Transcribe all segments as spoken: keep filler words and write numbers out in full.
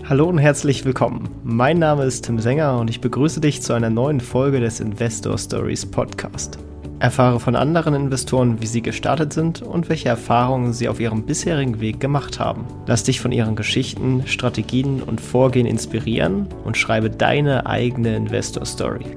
Hallo und herzlich willkommen. Mein Name ist Tim Sänger und ich begrüße dich zu einer neuen Folge des Investor Stories Podcast. Erfahre von anderen Investoren, wie sie gestartet sind und welche Erfahrungen sie auf ihrem bisherigen Weg gemacht haben. Lass dich von ihren Geschichten, Strategien und Vorgehen inspirieren und schreibe deine eigene Investor Story.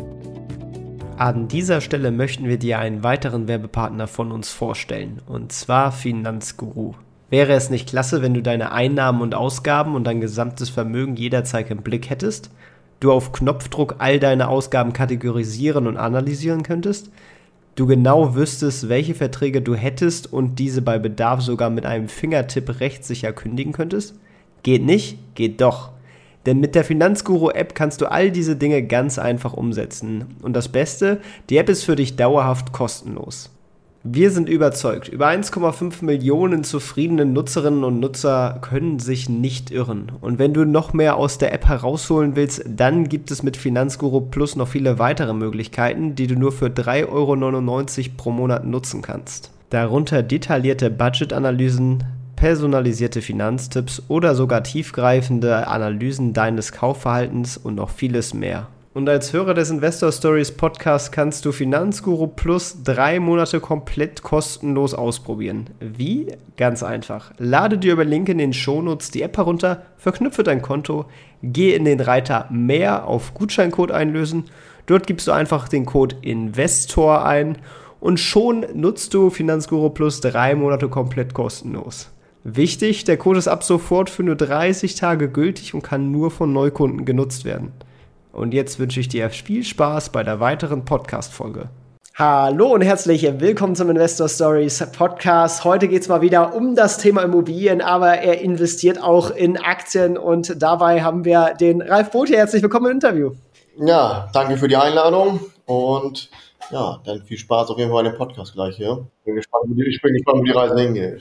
An dieser Stelle möchten wir dir einen weiteren Werbepartner von uns vorstellen, und zwar Finanzguru. Wäre es nicht klasse, wenn du deine Einnahmen und Ausgaben und dein gesamtes Vermögen jederzeit im Blick hättest? Du auf Knopfdruck all deine Ausgaben kategorisieren und analysieren könntest? Du genau wüsstest, welche Verträge du hättest und diese bei Bedarf sogar mit einem Fingertipp rechtssicher kündigen könntest? Geht nicht? Geht doch. Denn mit der Finanzguru-App kannst du all diese Dinge ganz einfach umsetzen. Und das Beste, die App ist für dich dauerhaft kostenlos. Wir sind überzeugt, über eins Komma fünf Millionen zufriedene Nutzerinnen und Nutzer können sich nicht irren. Und wenn du noch mehr aus der App herausholen willst, dann gibt es mit Finanzguru Plus noch viele weitere Möglichkeiten, die du nur für drei Euro neunundneunzig pro Monat nutzen kannst. Darunter detaillierte Budgetanalysen, personalisierte Finanztipps oder sogar tiefgreifende Analysen deines Kaufverhaltens und noch vieles mehr. Und als Hörer des Investor Stories Podcasts kannst du Finanzguru Plus drei Monate komplett kostenlos ausprobieren. Wie? Ganz einfach. Lade dir über Link in den Shownotes die App herunter, verknüpfe dein Konto, geh in den Reiter Mehr auf Gutscheincode einlösen. Dort gibst du einfach den Code INVESTOR ein und schon nutzt du Finanzguru Plus drei Monate komplett kostenlos. Wichtig, der Code ist ab sofort für nur dreißig Tage gültig und kann nur von Neukunden genutzt werden. Und jetzt wünsche ich dir viel Spaß bei der weiteren Podcast-Folge. Hallo und herzlich willkommen zum Investor Stories Podcast. Heute geht es mal wieder um das Thema Immobilien, aber er investiert auch in Aktien und dabei haben wir den Ralf Both hier. Herzlich willkommen im Interview. Ja, danke für die Einladung und ja, dann viel Spaß auf jeden Fall bei dem Podcast gleich hier. Bin gespannt, wo die, ich bin gespannt, wo die Reise hingeht.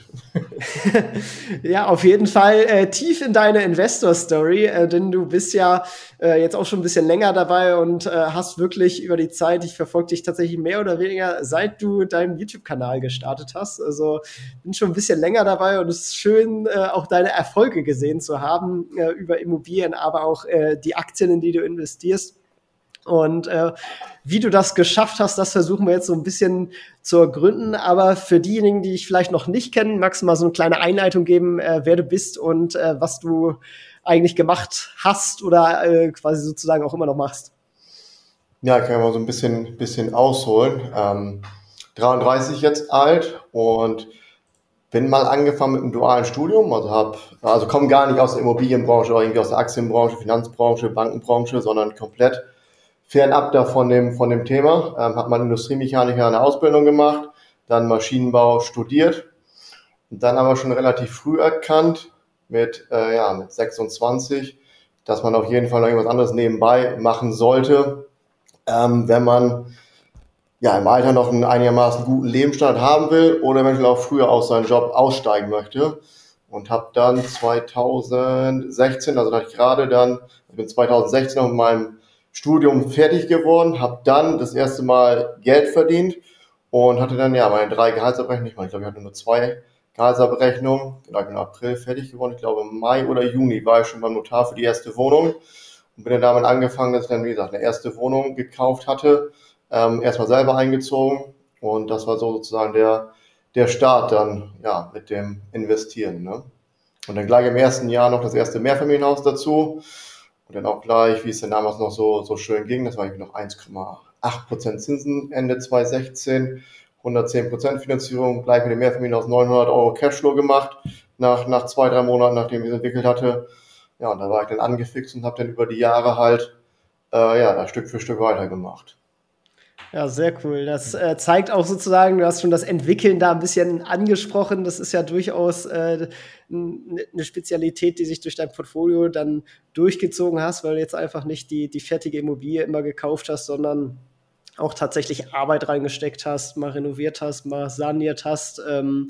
Ja, auf jeden Fall äh, tief in deine Investor-Story, äh, denn du bist ja äh, jetzt auch schon ein bisschen länger dabei und äh, hast wirklich über die Zeit, ich verfolge dich tatsächlich mehr oder weniger, seit du deinen YouTube-Kanal gestartet hast. Also bin schon ein bisschen länger dabei und es ist schön, äh, auch deine Erfolge gesehen zu haben äh, über Immobilien, aber auch äh, die Aktien, in die du investierst. Und äh, wie du das geschafft hast, das versuchen wir jetzt so ein bisschen zu ergründen. Aber für diejenigen, die dich vielleicht noch nicht kennen, magst du mal so eine kleine Einleitung geben, äh, wer du bist und äh, was du eigentlich gemacht hast oder äh, quasi sozusagen auch immer noch machst. Ja, ich kann mal so ein bisschen, bisschen ausholen. Ähm, dreiunddreißig jetzt alt und bin mal angefangen mit einem dualen Studium. Also hab, also komme gar nicht aus der Immobilienbranche oder irgendwie aus der Aktienbranche, Finanzbranche, Bankenbranche, sondern komplett fernab da von dem, von dem Thema, ähm, hat man Industriemechaniker eine Ausbildung gemacht, dann Maschinenbau studiert und dann aber schon relativ früh erkannt, mit, äh, ja, mit sechsundzwanzig, dass man auf jeden Fall noch irgendwas anderes nebenbei machen sollte, ähm, wenn man ja im Alter noch einen einigermaßen guten Lebensstandard haben will oder eventuell auch früher aus seinem Job aussteigen möchte. Und habe dann zweitausendsechzehn, also da ich gerade dann, ich bin zweitausendsechzehn noch mit meinem Studium fertig geworden, habe dann das erste Mal Geld verdient und hatte dann ja meine drei Gehaltsabrechnungen. Ich meine, ich glaube, ich hatte nur zwei Gehaltsabrechnungen. Genau, ich bin im April fertig geworden. Ich glaube, im Mai oder Juni war ich schon beim Notar für die erste Wohnung und bin dann damit angefangen, dass ich dann, wie gesagt, eine erste Wohnung gekauft hatte. Ähm, erstmal selber eingezogen und das war so sozusagen der, der Start dann, ja, mit dem Investieren, ne? Und dann gleich im ersten Jahr noch das erste Mehrfamilienhaus dazu. Und dann auch gleich, wie es denn damals noch so, so schön ging, das war irgendwie noch eins Komma acht Prozent Zinsen Ende zweitausendsechzehn, hundertzehn Prozent Finanzierung, gleich mit dem Mehrfamilienhaus neunhundert Euro Cashflow gemacht, nach, nach zwei, drei Monaten, nachdem ich es entwickelt hatte. Ja, und da war ich dann angefixt und habe dann über die Jahre halt, äh, ja, da Stück für Stück weitergemacht. Ja, sehr cool. Das äh, zeigt auch sozusagen, du hast schon das Entwickeln da ein bisschen angesprochen. Das ist ja durchaus äh, eine Spezialität, die sich durch dein Portfolio dann durchgezogen hast, weil du jetzt einfach nicht die, die fertige Immobilie immer gekauft hast, sondern auch tatsächlich Arbeit reingesteckt hast, mal renoviert hast, mal saniert hast. Ähm,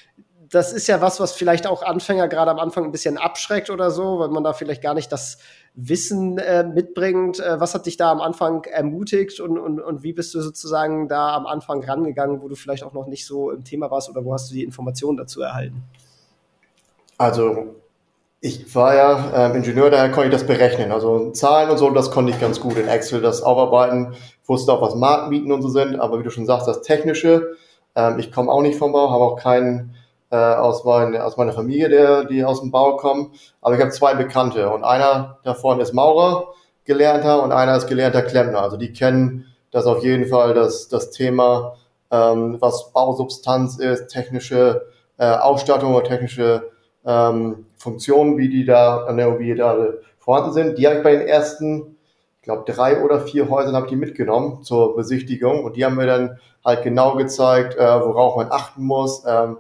das ist ja was, was vielleicht auch Anfänger gerade am Anfang ein bisschen abschreckt oder so, weil man da vielleicht gar nicht das Wissen äh, mitbringt. Äh, was hat dich da am Anfang ermutigt und, und, und wie bist du sozusagen da am Anfang rangegangen, wo du vielleicht auch noch nicht so im Thema warst oder wo hast du die Informationen dazu erhalten? Also Ich war ja ähm, Ingenieur, daher konnte ich das berechnen. Also Zahlen und so, das konnte ich ganz gut in Excel, das aufarbeiten. Ich wusste auch, was Marktmieten und so sind, aber wie du schon sagst, das Technische, ähm, ich komme auch nicht vom Bau, habe auch keinen äh, aus, mein, aus meiner Familie, der, die aus dem Bau kommen. Aber ich habe zwei Bekannte und einer davon ist Maurer, gelernter, und einer ist gelernter Klempner. Also die kennen das auf jeden Fall, das, das Thema, ähm, was Bausubstanz ist, technische äh, Ausstattung oder technische ähm, Funktionen, wie die da an der Immobilie da vorhanden sind. Die habe ich bei den ersten, ich glaube, drei oder vier Häusern habe ich die mitgenommen zur Besichtigung, und die haben mir dann halt genau gezeigt, äh, worauf man achten muss. Ähm,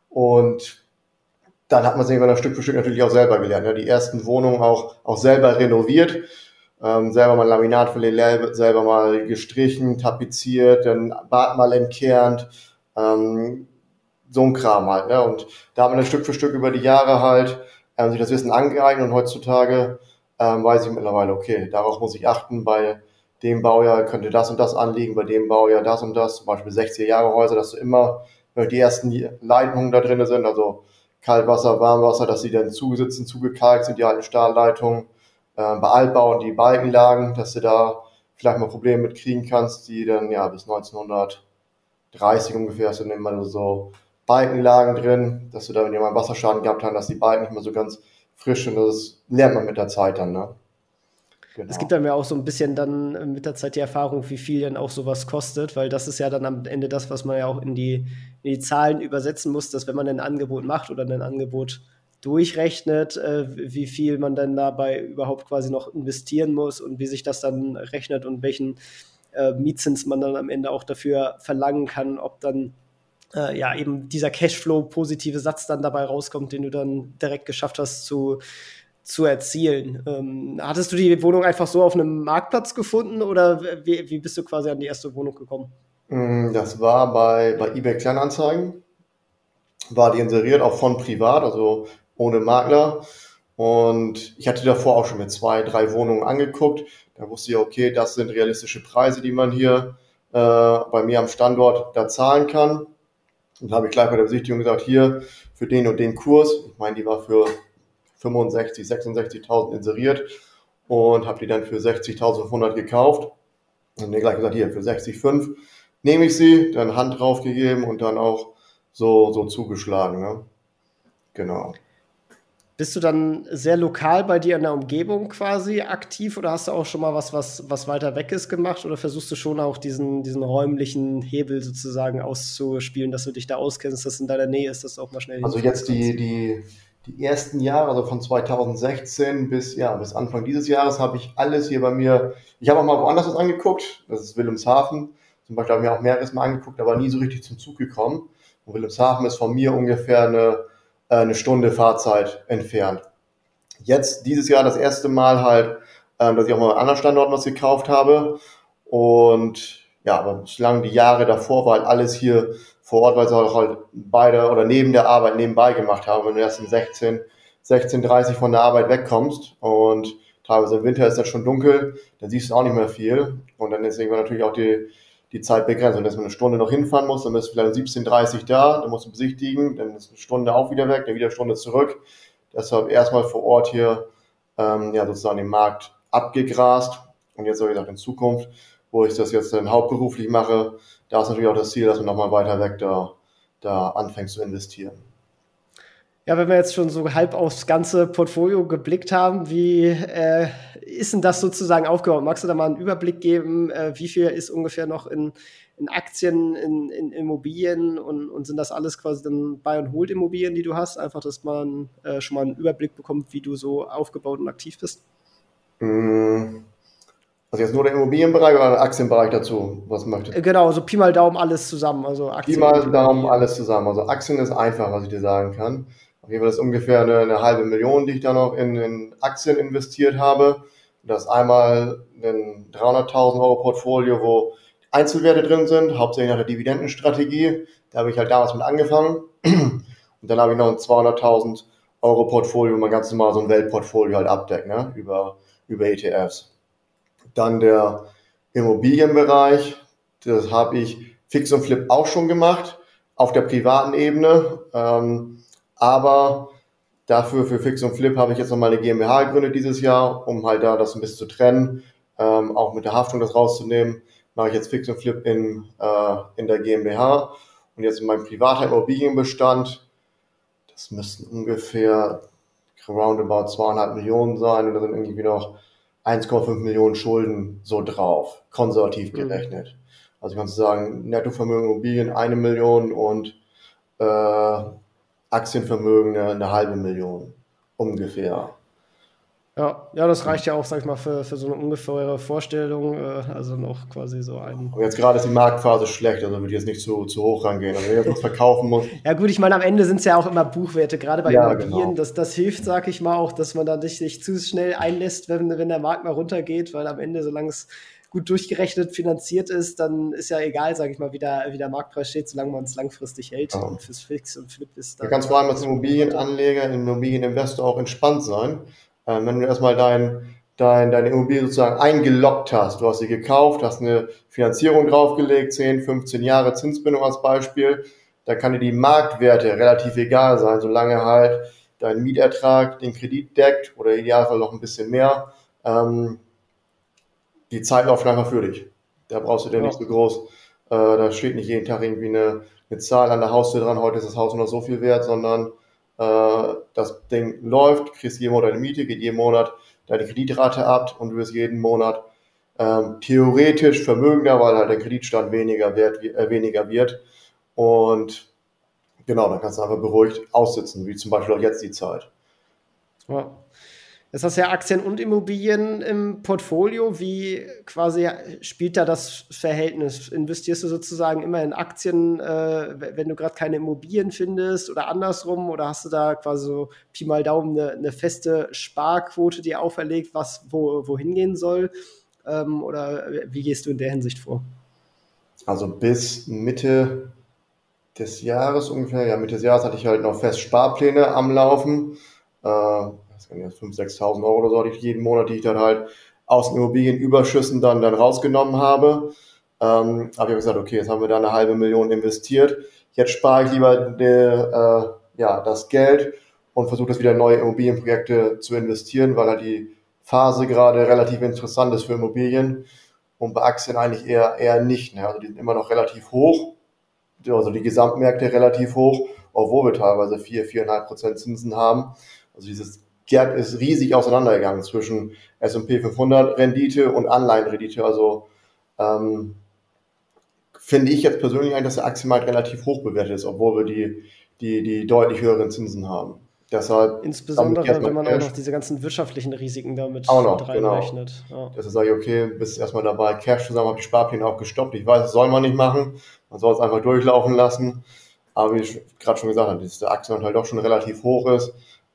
und dann hat man sich dann Stück für Stück natürlich auch selber gelernt. Ja, die ersten Wohnungen auch, auch selber renoviert, ähm, selber mal Laminat verlegt, selber mal gestrichen, tapeziert, dann Bad mal entkernt, ähm, so ein Kram halt, ne? Und da haben wir dann Stück für Stück über die Jahre halt ähm, sich das Wissen angeeignet, und heutzutage ähm, weiß ich mittlerweile, okay, darauf muss ich achten, bei dem Baujahr könnte das und das anliegen, bei dem Baujahr das und das, zum Beispiel sechziger Jahre Häuser, dass du immer, wenn die ersten Leitungen da drin sind, also Kaltwasser, Warmwasser, dass sie dann zusitzen, zugekalkt sind, die alten Stahlleitungen, äh, bei Altbauen die Balkenlagen, dass du da vielleicht mal Probleme mit kriegen kannst, die dann ja bis neunzehnhundertdreißig ungefähr sind immer so Balkenlagen drin, dass du da, wenn die mal einen Wasserschaden gehabt haben, dass die Balken nicht mehr so ganz frisch sind. Das lernt man mit der Zeit dann, ne? Genau. Es gibt dann ja auch so ein bisschen dann mit der Zeit die Erfahrung, wie viel dann auch sowas kostet, weil das ist ja dann am Ende das, was man ja auch in die, in die Zahlen übersetzen muss, dass wenn man ein Angebot macht oder ein Angebot durchrechnet, äh, wie viel man dann dabei überhaupt quasi noch investieren muss und wie sich das dann rechnet und welchen äh, Mietzins man dann am Ende auch dafür verlangen kann, ob dann äh, ja eben dieser Cashflow-positive Satz dann dabei rauskommt, den du dann direkt geschafft hast zu zu erzielen. Ähm, hattest du die Wohnung einfach so auf einem Marktplatz gefunden oder wie, wie bist du quasi an die erste Wohnung gekommen? Das war bei, bei eBay Kleinanzeigen, war die inseriert, auch von privat, also ohne Makler, und ich hatte davor auch schon mit zwei, drei Wohnungen angeguckt. Da wusste ich, okay, das sind realistische Preise, die man hier äh, bei mir am Standort da zahlen kann. Und da habe ich gleich bei der Besichtigung gesagt, hier für den und den Kurs, ich meine, die war für fünfundsechzig, sechsundsechzigtausend inseriert, und habe die dann für sechzigtausendfünfhundert gekauft. Und mir gleich gesagt, hier für sechzig Komma fünf nehme ich sie, dann Hand drauf gegeben und dann auch so, so zugeschlagen. Ne? Genau. Bist du dann sehr lokal bei dir in der Umgebung quasi aktiv, oder hast du auch schon mal was, was, was weiter weg ist gemacht, oder versuchst du schon auch diesen, diesen räumlichen Hebel sozusagen auszuspielen, dass du dich da auskennst, dass in deiner Nähe ist, dass du auch mal schnell Also jetzt die, die, die ersten Jahre, also von zweitausendsechzehn bis, ja, bis Anfang dieses Jahres, habe ich alles hier bei mir, ich habe auch mal woanders was angeguckt, das ist Wilhelmshaven, zum Beispiel habe ich mir auch mehreres Mal angeguckt, aber nie so richtig zum Zug gekommen. Und Wilhelmshaven ist von mir ungefähr eine, eine Stunde Fahrzeit entfernt. Jetzt, dieses Jahr, das erste Mal halt, ähm, dass ich auch mal an anderen Standorten was gekauft habe. Und ja, aber bislang die Jahre davor war halt alles hier vor Ort, weil sie auch halt beide oder neben der Arbeit nebenbei gemacht haben. Wenn du erst um sechzehn, sechzehn Uhr dreißig von der Arbeit wegkommst und teilweise im Winter ist das schon dunkel, dann siehst du auch nicht mehr viel. Und dann ist irgendwann natürlich auch die, die Zeit begrenzt. Und dass man eine Stunde noch hinfahren muss, dann bist du vielleicht um siebzehn Uhr dreißig da, dann musst du besichtigen, dann ist eine Stunde auch wieder weg, dann wieder eine Stunde zurück. Deshalb erstmal vor Ort hier ähm, ja, sozusagen den Markt abgegrast. Und jetzt, wie gesagt, in Zukunft, wo ich das jetzt dann hauptberuflich mache, da ist natürlich auch das Ziel, dass man nochmal weiter weg da, da anfängt zu investieren. Ja, wenn wir jetzt schon so halb aufs ganze Portfolio geblickt haben, wie äh, ist denn das sozusagen aufgebaut? Magst du da mal einen Überblick geben, äh, wie viel ist ungefähr noch in, in Aktien, in, in Immobilien, und, und sind das alles quasi dann Buy-and-Hold-Immobilien, die du hast? Einfach, dass man äh, schon mal einen Überblick bekommt, wie du so aufgebaut und aktiv bist. Also jetzt nur der Immobilienbereich oder der Aktienbereich dazu? Was möchtest du? Genau, so Pi mal Daumen alles zusammen. Also Aktien, Pi mal Daumen alles zusammen. Also Aktien ist einfach, was ich dir sagen kann. Auf jeden Fall ist ungefähr eine, eine halbe Million, die ich da noch in, in Aktien investiert habe. Das ist einmal ein dreihunderttausend Euro Portfolio, wo Einzelwerte drin sind, hauptsächlich nach der Dividendenstrategie. Da habe ich halt damals mit angefangen. Und dann habe ich noch ein zweihunderttausend Euro Portfolio, wo man ganz normal so ein Weltportfolio halt abdeckt, ne? über, über E T Fs. Dann der Immobilienbereich, das habe ich Fix und Flip auch schon gemacht, auf der privaten Ebene. Ähm, aber Dafür, für Fix und Flip, habe ich jetzt nochmal eine GmbH gegründet dieses Jahr, um halt da das ein bisschen zu trennen, ähm, auch mit der Haftung das rauszunehmen. Mache ich jetzt Fix und Flip in, äh, in der GmbH. Und jetzt in meinem privaten Immobilienbestand, das müssten ungefähr roundabout zweieinhalb Millionen sein und da sind irgendwie noch eins Komma fünf Millionen Schulden so drauf, konservativ gerechnet. Mhm. Also kannst du sagen, Nettovermögen Immobilien eine Million und äh, Aktienvermögen eine, eine halbe Million ungefähr. Ja, ja, das reicht ja auch, sag ich mal, für, für so eine ungefähre Vorstellung, äh, also noch quasi so ein... Aber jetzt gerade ist die Marktphase schlecht, also würde ich jetzt nicht zu, zu hoch rangehen. Also wenn ich jetzt was verkaufen muss... Ja gut, ich meine, am Ende sind es ja auch immer Buchwerte, gerade bei ja, Immobilien, genau. das, das hilft, sag ich mal, auch, dass man da nicht, nicht zu schnell einlässt, wenn, wenn der Markt mal runtergeht, weil am Ende, solange es gut durchgerechnet finanziert ist, dann ist ja egal, sag ich mal, wie der, wie der Marktpreis steht, solange man es langfristig hält. Ja. Und fürs Fix und Flip ist dann... Du kannst vor allem als Immobilienanleger, Immobilieninvestor auch entspannt sein. Ähm, wenn du erstmal dein, dein, deine Immobilie sozusagen eingeloggt hast, du hast sie gekauft, hast eine Finanzierung draufgelegt, zehn, fünfzehn Jahre Zinsbindung als Beispiel, da kann dir die Marktwerte relativ egal sein, solange halt dein Mietertrag den Kredit deckt oder idealfall noch ein bisschen mehr. Ähm, die Zeit läuft einfach für dich. Da brauchst du dir ja nicht so groß, äh, da steht nicht jeden Tag irgendwie eine, eine Zahl an der Haustür dran, heute ist das Haus nur noch so viel wert, sondern das Ding läuft, kriegst jeden Monat deine Miete, geht jeden Monat deine Kreditrate ab und du wirst jeden Monat ähm, theoretisch vermögender, weil halt der Kreditstand weniger, wert, äh, weniger wird. Und genau, dann kannst du einfach beruhigt aussitzen, wie zum Beispiel auch jetzt die Zeit. Ja. Jetzt hast du ja Aktien und Immobilien im Portfolio. Wie quasi spielt da das Verhältnis? Investierst du sozusagen immer in Aktien, äh, wenn du gerade keine Immobilien findest oder andersrum? Oder hast du da quasi so Pi mal Daumen eine, eine feste Sparquote, die auferlegt, was wo, wohin gehen soll? Ähm, oder wie gehst du in der Hinsicht vor? Also bis Mitte des Jahres ungefähr, ja Mitte des Jahres hatte ich halt noch fest Sparpläne am Laufen. Äh, fünftausend, sechstausend Euro oder so hatte ich jeden Monat, die ich dann halt aus den Immobilienüberschüssen dann, dann rausgenommen habe. Ähm, aber ich habe gesagt, okay, jetzt haben wir da eine halbe Million investiert. Jetzt spare ich lieber de, äh, ja, das Geld und versuche das wieder in neue Immobilienprojekte zu investieren, weil halt die Phase gerade relativ interessant ist für Immobilien und bei Aktien eigentlich eher, eher nicht. Ne? Also die sind immer noch relativ hoch, also die Gesamtmärkte relativ hoch, obwohl wir teilweise vier, viereinhalb Prozent Zinsen haben. Also dieses Gap ist riesig auseinandergegangen zwischen S und P fünfhundert Rendite und Anleihenrendite. Also ähm, finde ich jetzt persönlich eigentlich, dass der Aktienmarkt relativ hoch bewertet ist, obwohl wir die, die, die deutlich höheren Zinsen haben. Deshalb, insbesondere, wenn man Cash auch noch diese ganzen wirtschaftlichen Risiken damit auch noch, mit reinrechnet. Genau. Ja. Deshalb sage ich, okay, bist erstmal dabei, Cash zusammen, habe die Sparpläne auch gestoppt. Ich weiß, das soll man nicht machen. Man soll es einfach durchlaufen lassen. Aber wie ich gerade schon gesagt habe, dass der Aktienmarkt halt doch schon relativ hoch ist,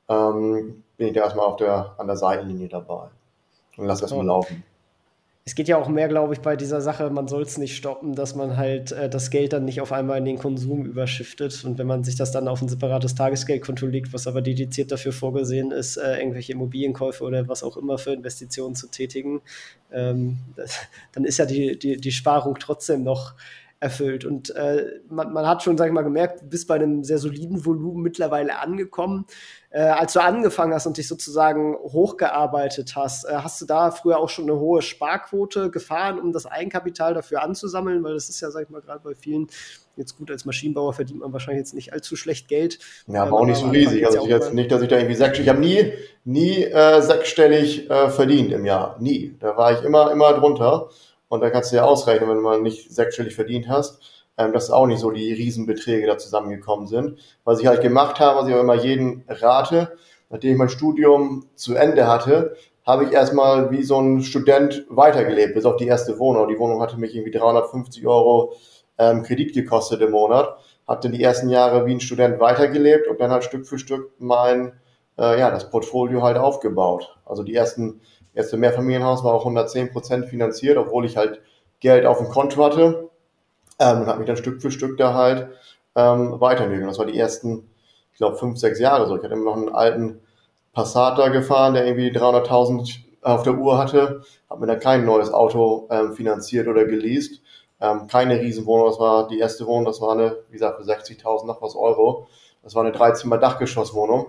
ähm, bin ich da erstmal auf der, an der Seitenlinie dabei und lass erstmal ja. laufen. Es geht ja auch mehr, glaube ich, bei dieser Sache, man soll es nicht stoppen, dass man halt äh, das Geld dann nicht auf einmal in den Konsum überschiftet. Und wenn man sich das dann auf ein separates Tagesgeldkonto legt, was aber dediziert dafür vorgesehen ist, äh, irgendwelche Immobilienkäufe oder was auch immer für Investitionen zu tätigen, ähm, das, dann ist ja die, die, die Sparung trotzdem noch erfüllt. Und äh, man, man hat schon, sag ich mal, gemerkt, du bist bei einem sehr soliden Volumen mittlerweile angekommen. Äh, als du angefangen hast und dich sozusagen hochgearbeitet hast, äh, hast du da früher auch schon eine hohe Sparquote gefahren, um das Eigenkapital dafür anzusammeln? Weil das ist ja, sag ich mal, gerade bei vielen, jetzt gut, als Maschinenbauer verdient man wahrscheinlich jetzt nicht allzu schlecht Geld. Ja, aber auch nicht so riesig. Also ich jetzt nicht, dass ich da irgendwie sechsstellig, ich habe nie, nie äh, sechsstellig äh, verdient im Jahr. Nie. Da war ich immer, immer drunter. Und da kannst du ja ausrechnen, wenn du mal nicht sechsstellig verdient hast, ähm, dass auch nicht so die Riesenbeträge da zusammengekommen sind. Was ich halt gemacht habe, was ich auch immer jeden rate, nachdem ich mein Studium zu Ende hatte, habe ich erstmal wie so ein Student weitergelebt, bis auf die erste Wohnung. Die Wohnung hatte mich irgendwie dreihundertfünfzig Euro ähm, Kredit gekostet im Monat. Habe dann die ersten Jahre wie ein Student weitergelebt und dann halt Stück für Stück mein, äh, ja, das Portfolio halt aufgebaut. Also die ersten erste Mehrfamilienhaus war auch hundertzehn Prozent finanziert, obwohl ich halt Geld auf dem Konto hatte. Ähm, und habe mich dann Stück für Stück da halt ähm, weiterentwickelt. Das war die ersten, ich glaube, fünf, sechs Jahre so. Ich hatte immer noch einen alten Passat da gefahren, der irgendwie dreihunderttausend auf der Uhr hatte. Habe mir dann kein neues Auto ähm, finanziert oder geleast. Ähm, keine Riesenwohnung, das war die erste Wohnung, das war eine, wie gesagt, für sechzigtausend noch was Euro. Das war eine Dreizimmer-Dachgeschosswohnung.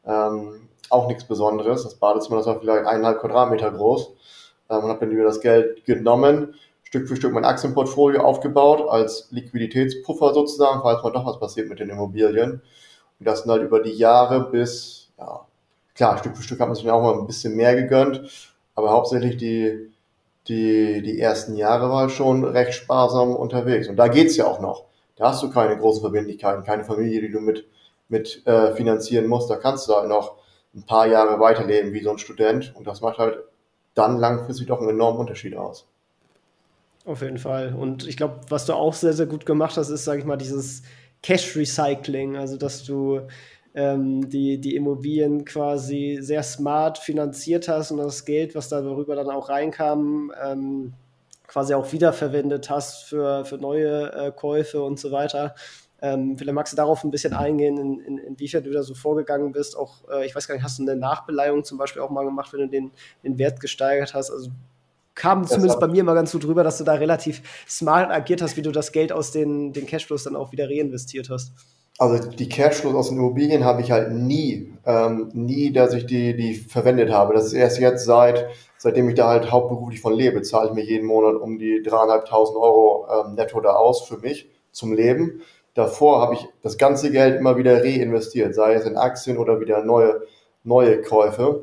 Ähm, auch nichts Besonderes. Das Badezimmer, das war vielleicht eineinhalb Quadratmeter groß. Ähm, und habe dann wieder das Geld genommen, Stück für Stück mein Aktienportfolio aufgebaut, als Liquiditätspuffer sozusagen, falls mal doch was passiert mit den Immobilien. Und das sind halt über die Jahre bis, ja, klar, Stück für Stück hat man sich dann auch mal ein bisschen mehr gegönnt, aber hauptsächlich die, die, die ersten Jahre war halt schon recht sparsam unterwegs. Und da geht's ja auch noch. Da hast du keine großen Verbindlichkeiten, keine Familie, die du mit, mit äh, finanzieren musst. Da kannst du halt noch ein paar Jahre weiterleben wie so ein Student. Und das macht halt dann langfristig doch einen enormen Unterschied aus. Auf jeden Fall. Und ich glaube, was du auch sehr, sehr gut gemacht hast, ist, sage ich mal, dieses Cash-Recycling. Also, dass du ähm, die, die Immobilien quasi sehr smart finanziert hast und das Geld, was darüber dann auch reinkam, ähm, quasi auch wiederverwendet hast für, für neue äh, Käufe und so weiter. Ähm, vielleicht magst du darauf ein bisschen eingehen, in, in, inwiefern du da so vorgegangen bist. Auch, äh, ich weiß gar nicht, hast du eine Nachbeleihung zum Beispiel auch mal gemacht, wenn du den, den Wert gesteigert hast? Also kam das zumindest bei mir immer ganz gut rüber, dass du da relativ smart agiert hast, wie du das Geld aus den, den Cashflows dann auch wieder reinvestiert hast. Also die Cashflows aus den Immobilien habe ich halt nie, ähm, nie, dass ich die, die verwendet habe. Das ist erst jetzt seit, seitdem ich da halt hauptberuflich von lebe, zahle ich mir jeden Monat um die dreieinhalbtausend Euro ähm, netto da aus für mich zum Leben. Davor habe ich das ganze Geld immer wieder reinvestiert, sei es in Aktien oder wieder neue, neue Käufe.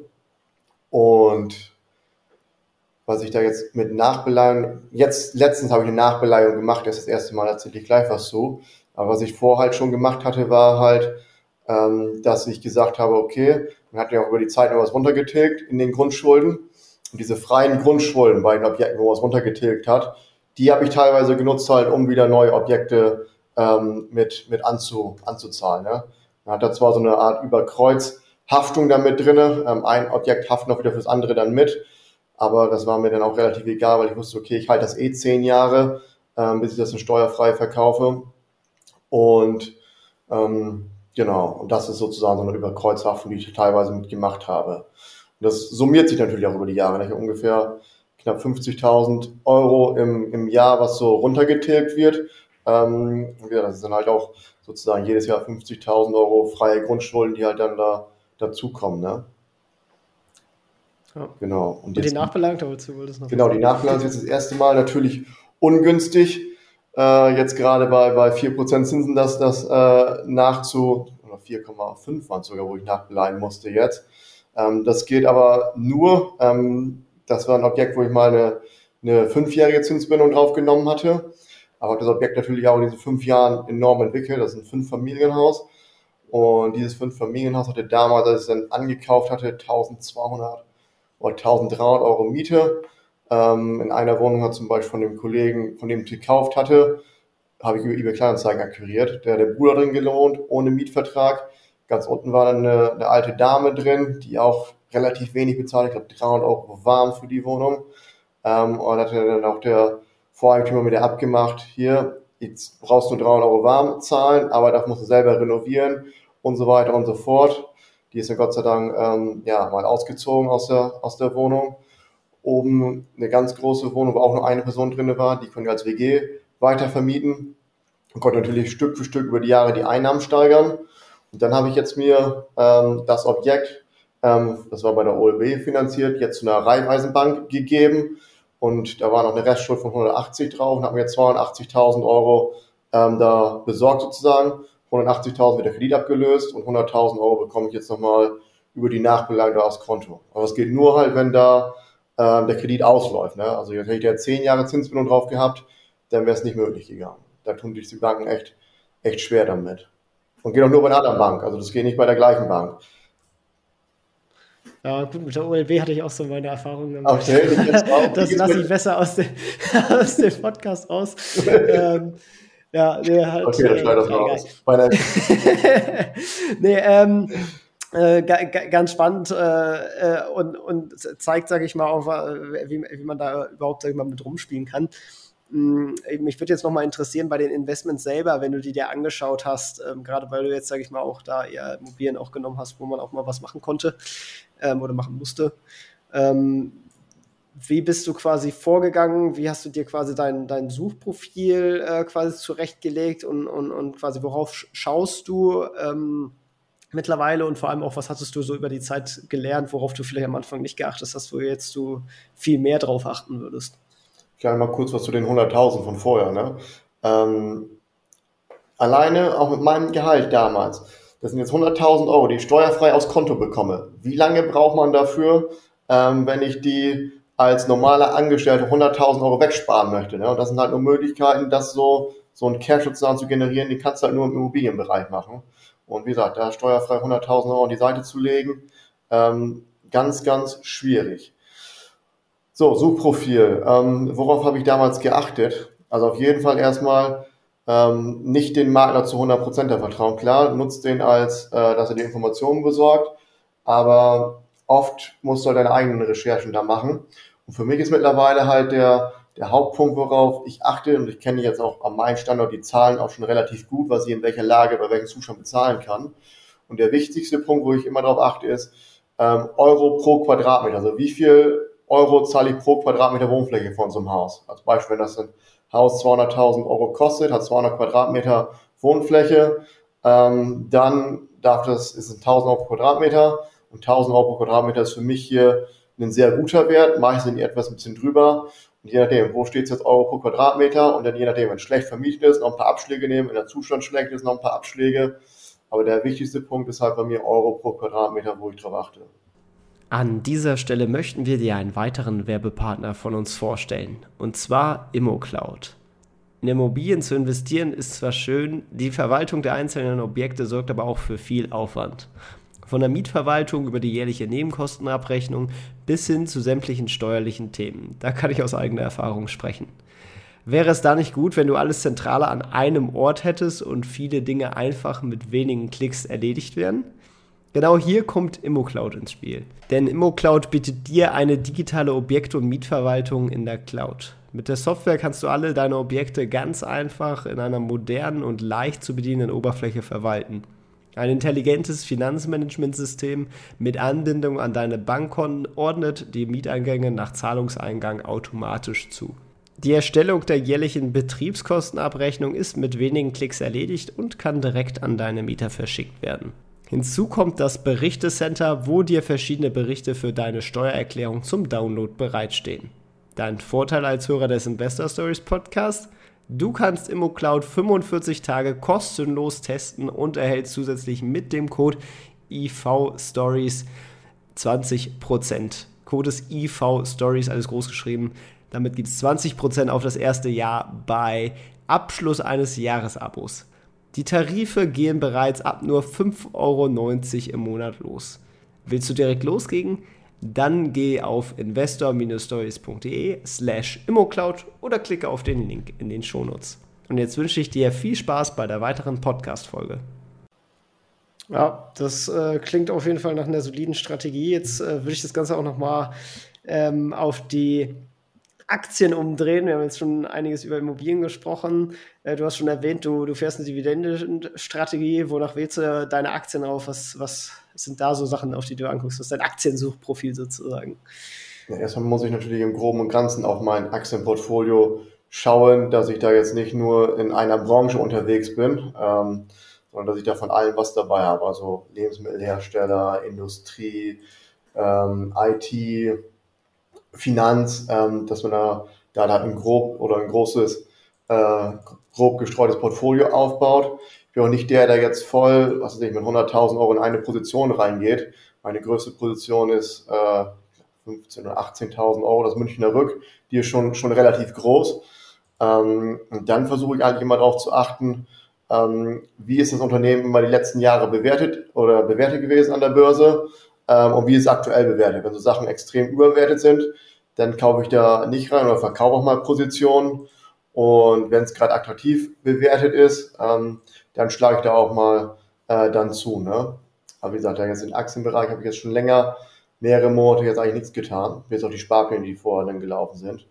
Und was ich da jetzt mit Nachbeleihung, jetzt letztens habe ich eine Nachbeleihung gemacht, das ist das erste Mal, erzähle ich gleich was zu. Aber was ich vorher halt schon gemacht hatte, war halt, ähm, dass ich gesagt habe, okay, man hat ja auch über die Zeit noch was runtergetilgt in den Grundschulden. Und diese freien Grundschulden bei den Objekten, wo man was runtergetilgt hat, die habe ich teilweise genutzt halt, um wieder neue Objekte ähm, mit, mit anzu, anzuzahlen. Ja. Man hat da zwar so eine Art Überkreuzhaftung da mit drin, ähm, ein Objekt haftet noch wieder fürs andere dann mit, aber das war mir dann auch relativ egal, weil ich wusste, okay, ich halte das eh zehn Jahre, ähm, bis ich das dann steuerfrei verkaufe. Und ähm, genau, und das ist sozusagen so eine Überkreuzhaftung, die ich teilweise mitgemacht habe. Und das summiert sich natürlich auch über die Jahre. Ich habe ungefähr knapp fünfzigtausend Euro im, im Jahr, was so runtergetilgt wird. Ähm, ja, das ist dann halt auch sozusagen jedes Jahr fünfzigtausend Euro freie Grundschulden, die halt dann da dazukommen. Ne? Ja. Genau. Und, und die Nachbeleihung, dazu wolltest du noch Genau, die Nachbeleihung ist jetzt das erste Mal natürlich ungünstig. Äh, jetzt gerade bei, bei vier Prozent Zinsen das, das äh, nachzu, oder vier Komma fünf waren es sogar, wo ich nachbeleihen musste jetzt. Ähm, das geht aber nur, ähm, das war ein Objekt, wo ich mal eine, eine fünfjährige Zinsbindung drauf genommen hatte. Aber das Objekt natürlich auch in diesen fünf Jahren enorm entwickelt. Das ist ein Fünf-Familienhaus. Und dieses Fünf-Familienhaus hatte damals, als ich es dann angekauft hatte, eintausendzweihundert oder eintausenddreihundert Euro Miete. Ähm, in einer Wohnung hat zum Beispiel von dem Kollegen, von dem ich gekauft hatte, habe ich über eBay Kleinanzeigen akquiriert. Der hat der Bruder drin gewohnt, ohne Mietvertrag. Ganz unten war dann eine, eine alte Dame drin, die auch relativ wenig bezahlt. Ich glaube dreihundert Euro warm für die Wohnung. Ähm, und hat dann auch der Voreigentümer mit der abgemacht, hier, jetzt brauchst du dreihundert Euro warm zahlen, aber das musst du selber renovieren und so weiter und so fort. Die ist dann Gott sei Dank ähm, ja, mal ausgezogen aus der, aus der Wohnung. Oben eine ganz große Wohnung, wo auch nur eine Person drin war, die konnte als W G weiter vermieten und konnte natürlich Stück für Stück über die Jahre die Einnahmen steigern. Und dann habe ich jetzt mir ähm, das Objekt, ähm, das war bei der O L B finanziert, jetzt zu einer Raiffeisenbank gegeben. Und da war noch eine Restschuld von hundertachtzig drauf und habe mir jetzt zweihundertachtzigtausend Euro ähm, da besorgt sozusagen. hundertachtzigtausend wird der Kredit abgelöst und hunderttausend Euro bekomme ich jetzt nochmal über die Nachbeleihung aufs Konto. Aber das geht nur halt, wenn da ähm, der Kredit ausläuft. Ne? Also hätte ich da zehn Jahre Zinsbindung drauf gehabt, dann wäre es nicht möglich gegangen. Da tun sich die Banken echt, echt schwer damit. Und geht auch nur bei einer anderen Bank. Also das geht nicht bei der gleichen Bank. Ja, gut, mit der O L B hatte ich auch so meine Erfahrungen. Okay, das lasse ich besser aus, de, aus dem Podcast raus. ähm, ja, nee, halt, okay, dann schneid das mal raus. nee, ähm, äh, g- ganz spannend äh, und, und zeigt, sage ich mal, auch, wie, wie man da überhaupt, sag ich mal, mit rumspielen kann. Mich würde jetzt nochmal interessieren bei den Investments selber, wenn du die dir angeschaut hast, ähm, gerade weil du jetzt, sage ich mal, auch da eher Immobilien auch genommen hast, wo man auch mal was machen konnte ähm, oder machen musste. Ähm, wie bist du quasi vorgegangen? Wie hast du dir quasi dein, dein Suchprofil äh, quasi zurechtgelegt und, und, und quasi worauf schaust du? Ähm, mittlerweile und vor allem auch, was hattest du so über die Zeit gelernt, worauf du vielleicht am Anfang nicht geachtet hast, wo jetzt du viel mehr drauf achten würdest? Vielleicht mal kurz was zu den hunderttausend von vorher. Ne? Ähm, alleine auch mit meinem Gehalt damals, das sind jetzt hunderttausend Euro, die ich steuerfrei aufs Konto bekomme. Wie lange braucht man dafür, ähm, wenn ich die als normaler Angestellter hunderttausend Euro wegsparen möchte? Ne? Und das sind halt nur Möglichkeiten, das so, so einen Cash sozusagen zu generieren, die kannst du halt nur im Immobilienbereich machen. Und wie gesagt, da steuerfrei hunderttausend Euro an die Seite zu legen, ähm, ganz, ganz schwierig. So, Suchprofil. Ähm, worauf habe ich damals geachtet? Also auf jeden Fall erstmal ähm, nicht den Makler zu hundert Prozent vertrauen. Klar, nutzt den als, äh, dass er die Informationen besorgt, aber oft musst du halt deine eigenen Recherchen da machen. Und für mich ist mittlerweile halt der, der Hauptpunkt, worauf ich achte, und ich kenne jetzt auch an meinem Standort die Zahlen auch schon relativ gut, was ich in welcher Lage, bei welchem Zustand bezahlen kann. Und der wichtigste Punkt, wo ich immer darauf achte, ist ähm, Euro pro Quadratmeter. Also wie viel Euro zahle ich pro Quadratmeter Wohnfläche von so einem Haus. Als Beispiel, wenn das ein Haus zweihunderttausend Euro kostet, hat zweihundert Quadratmeter Wohnfläche, ähm, dann darf das, ist es tausend Euro pro Quadratmeter, und tausend Euro pro Quadratmeter ist für mich hier ein sehr guter Wert. Meistens sind die etwas ein bisschen drüber. Und je nachdem, wo steht es jetzt Euro pro Quadratmeter, und dann je nachdem, wenn es schlecht vermietet ist, noch ein paar Abschläge nehmen, wenn der Zustand schlecht ist, noch ein paar Abschläge. Aber der wichtigste Punkt ist halt bei mir Euro pro Quadratmeter, wo ich drauf achte. An dieser Stelle möchten wir dir einen weiteren Werbepartner von uns vorstellen, und zwar ImmoCloud. In Immobilien zu investieren ist zwar schön, die Verwaltung der einzelnen Objekte sorgt aber auch für viel Aufwand. Von der Mietverwaltung über die jährliche Nebenkostenabrechnung bis hin zu sämtlichen steuerlichen Themen. Da kann ich aus eigener Erfahrung sprechen. Wäre es da nicht gut, wenn du alles Zentrale an einem Ort hättest und viele Dinge einfach mit wenigen Klicks erledigt werden? Genau hier kommt ImmoCloud ins Spiel. Denn ImmoCloud bietet dir eine digitale Objekt- und Mietverwaltung in der Cloud. Mit der Software kannst du alle deine Objekte ganz einfach in einer modernen und leicht zu bedienenden Oberfläche verwalten. Ein intelligentes Finanzmanagementsystem mit Anbindung an deine Bankkonten ordnet die Mieteingänge nach Zahlungseingang automatisch zu. Die Erstellung der jährlichen Betriebskostenabrechnung ist mit wenigen Klicks erledigt und kann direkt an deine Mieter verschickt werden. Hinzu kommt das Berichtecenter, wo dir verschiedene Berichte für deine Steuererklärung zum Download bereitstehen. Dein Vorteil als Hörer des Investor Stories Podcast: Du kannst ImmoCloud fünfundvierzig Tage kostenlos testen und erhältst zusätzlich mit dem Code I V Stories zwanzig Prozent. Code ist I V Stories, alles groß geschrieben. Damit gibt es zwanzig Prozent auf das erste Jahr bei Abschluss eines Jahresabos. Die Tarife gehen bereits ab nur fünf Euro neunzig im Monat los. Willst du direkt loslegen? Dann geh auf investor-stories.de slash immocloud oder klicke auf den Link in den Shownotes. Und jetzt wünsche ich dir viel Spaß bei der weiteren Podcast-Folge. Ja, das äh, klingt auf jeden Fall nach einer soliden Strategie. Jetzt äh, würde ich das Ganze auch nochmal ähm, auf die Aktien umdrehen. Wir haben jetzt schon einiges über Immobilien gesprochen. Äh, du hast schon erwähnt, du, du fährst eine Dividendenstrategie. Wonach wählst du deine Aktien auf? Was, was sind da so Sachen, auf die du anguckst? Was ist dein Aktiensuchprofil sozusagen? Ja, erstmal muss ich natürlich im Groben und Ganzen auf mein Aktienportfolio schauen, dass ich da jetzt nicht nur in einer Branche unterwegs bin, ähm, sondern dass ich da von allem was dabei habe. Also Lebensmittelhersteller, Industrie, ähm, I T, Finanz, ähm, dass man da, da halt ein grob oder ein großes, äh, grob gestreutes Portfolio aufbaut. Ich bin auch nicht der, der jetzt voll, was weiß ich, mit hunderttausend Euro in eine Position reingeht. Meine größte Position ist äh, fünfzehntausend oder achtzehntausend Euro, das Münchner Rück, die ist schon, schon relativ groß. Ähm, und dann versuche ich eigentlich immer darauf zu achten, ähm, wie ist das Unternehmen immer die letzten Jahre bewertet oder bewertet gewesen an der Börse. Ähm, und wie ist es aktuell bewertet. Wenn so Sachen extrem überbewertet sind, dann kaufe ich da nicht rein oder verkaufe auch mal Positionen. Und wenn es gerade attraktiv bewertet ist, ähm, dann schlage ich da auch mal äh, dann zu. Ne? Aber wie gesagt, jetzt im Aktienbereich habe ich jetzt schon länger, mehrere Monate jetzt eigentlich nichts getan, bis auf die Sparpläne, die vorher dann gelaufen sind.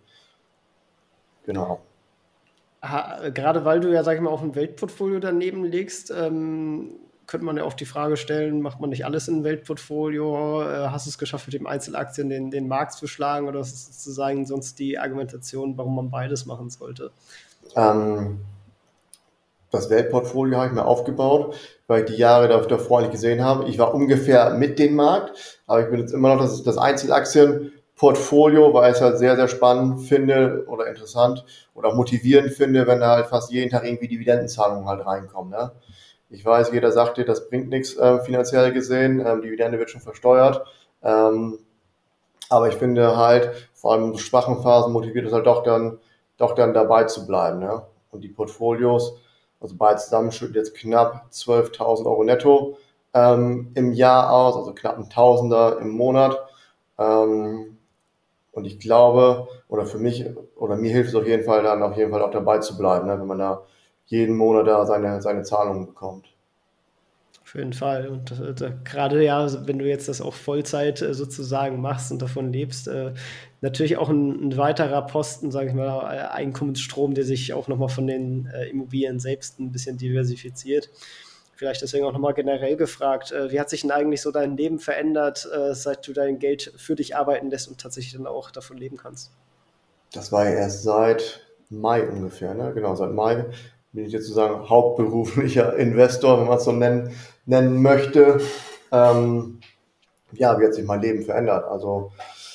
Genau. Ha, gerade weil du ja, sag ich mal, auch ein Weltportfolio daneben legst, ähm, könnte man ja auch die Frage stellen, macht man nicht alles in ein Weltportfolio? Äh, hast du es geschafft, mit den Einzelaktien den, den Markt zu schlagen? Oder was ist sozusagen sonst die Argumentation, warum man beides machen sollte? Ähm, das Weltportfolio habe ich mir aufgebaut, weil ich die Jahre davor nicht gesehen habe. Ich war ungefähr mit dem Markt, aber ich bin jetzt immer noch das, das Einzelaktienportfolio, weil ich es halt sehr, sehr spannend finde oder interessant oder auch motivierend finde, wenn da halt fast jeden Tag irgendwie Dividendenzahlungen halt reinkommen. Ne? Ich weiß, jeder sagt dir, das bringt nichts äh, finanziell gesehen, ähm, Dividende wird schon versteuert. Ähm, aber ich finde halt, vor allem in schwachen Phasen motiviert es halt doch dann, doch dann dabei zu bleiben. Ne? Und die Portfolios, also beide zusammen schütten jetzt knapp zwölftausend Euro netto ähm, im Jahr aus, also knapp ein Tausender im Monat. Ähm, und ich glaube, oder für mich, oder mir hilft es auf jeden Fall dann auf jeden Fall auch dabei zu bleiben, ne, wenn man da jeden Monat da seine, seine Zahlungen bekommt. Auf jeden Fall. Und äh, gerade ja, wenn du jetzt das auch Vollzeit äh, sozusagen machst und davon lebst, äh, natürlich auch ein, ein weiterer Posten, sage ich mal, äh, Einkommensstrom, der sich auch nochmal von den äh, Immobilien selbst ein bisschen diversifiziert. Vielleicht deswegen auch nochmal generell gefragt, äh, wie hat sich denn eigentlich so dein Leben verändert, äh, seit du dein Geld für dich arbeiten lässt und tatsächlich dann auch davon leben kannst? Das war ja erst seit Mai ungefähr, ne? Genau, seit Mai bin ich jetzt sozusagen hauptberuflicher Investor, wenn man es so nennen, nennen möchte. Ähm, ja, wie hat sich mein Leben verändert? Also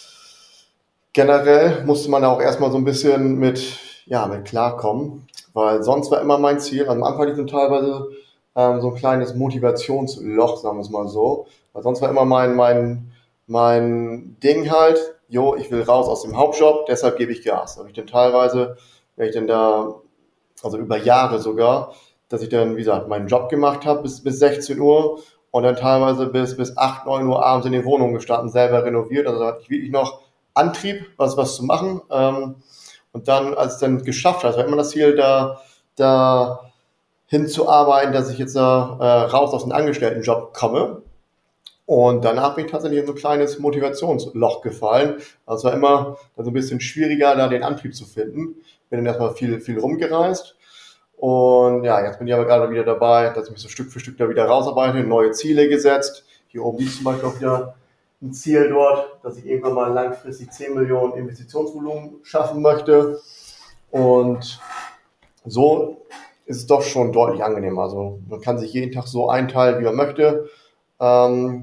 generell musste man auch erstmal so ein bisschen mit, ja, mit klarkommen, weil sonst war immer mein Ziel, also am Anfang lief teilweise ähm, so ein kleines Motivationsloch, sagen wir es mal so, weil sonst war immer mein, mein, mein Ding halt, jo, ich will raus aus dem Hauptjob, deshalb gebe ich Gas. Da habe ich dann teilweise, wenn ich dann da, also über Jahre sogar, dass ich dann, wie gesagt, meinen Job gemacht habe bis, bis sechzehn Uhr und dann teilweise bis, bis acht, neun Uhr abends in den Wohnungen gestanden, selber renoviert, also da hatte ich wirklich noch Antrieb, was, was zu machen. Ähm, und dann, als es dann geschafft hat, war immer das Ziel, da, da hinzuarbeiten, dass ich jetzt da äh, raus aus dem Angestelltenjob komme. Und danach bin ich tatsächlich in so ein kleines Motivationsloch gefallen. Also es war immer so ein bisschen schwieriger, da den Antrieb zu finden. Bin dann erstmal viel, viel rumgereist. Und ja, jetzt bin ich aber gerade wieder dabei, dass ich mich so Stück für Stück da wieder rausarbeite, neue Ziele gesetzt. Hier oben liegt zum Beispiel auch wieder ein Ziel dort, dass ich irgendwann mal langfristig zehn Millionen Investitionsvolumen schaffen möchte. Und so ist es doch schon deutlich angenehmer. Also man kann sich jeden Tag so einteilen, wie man möchte. Ähm,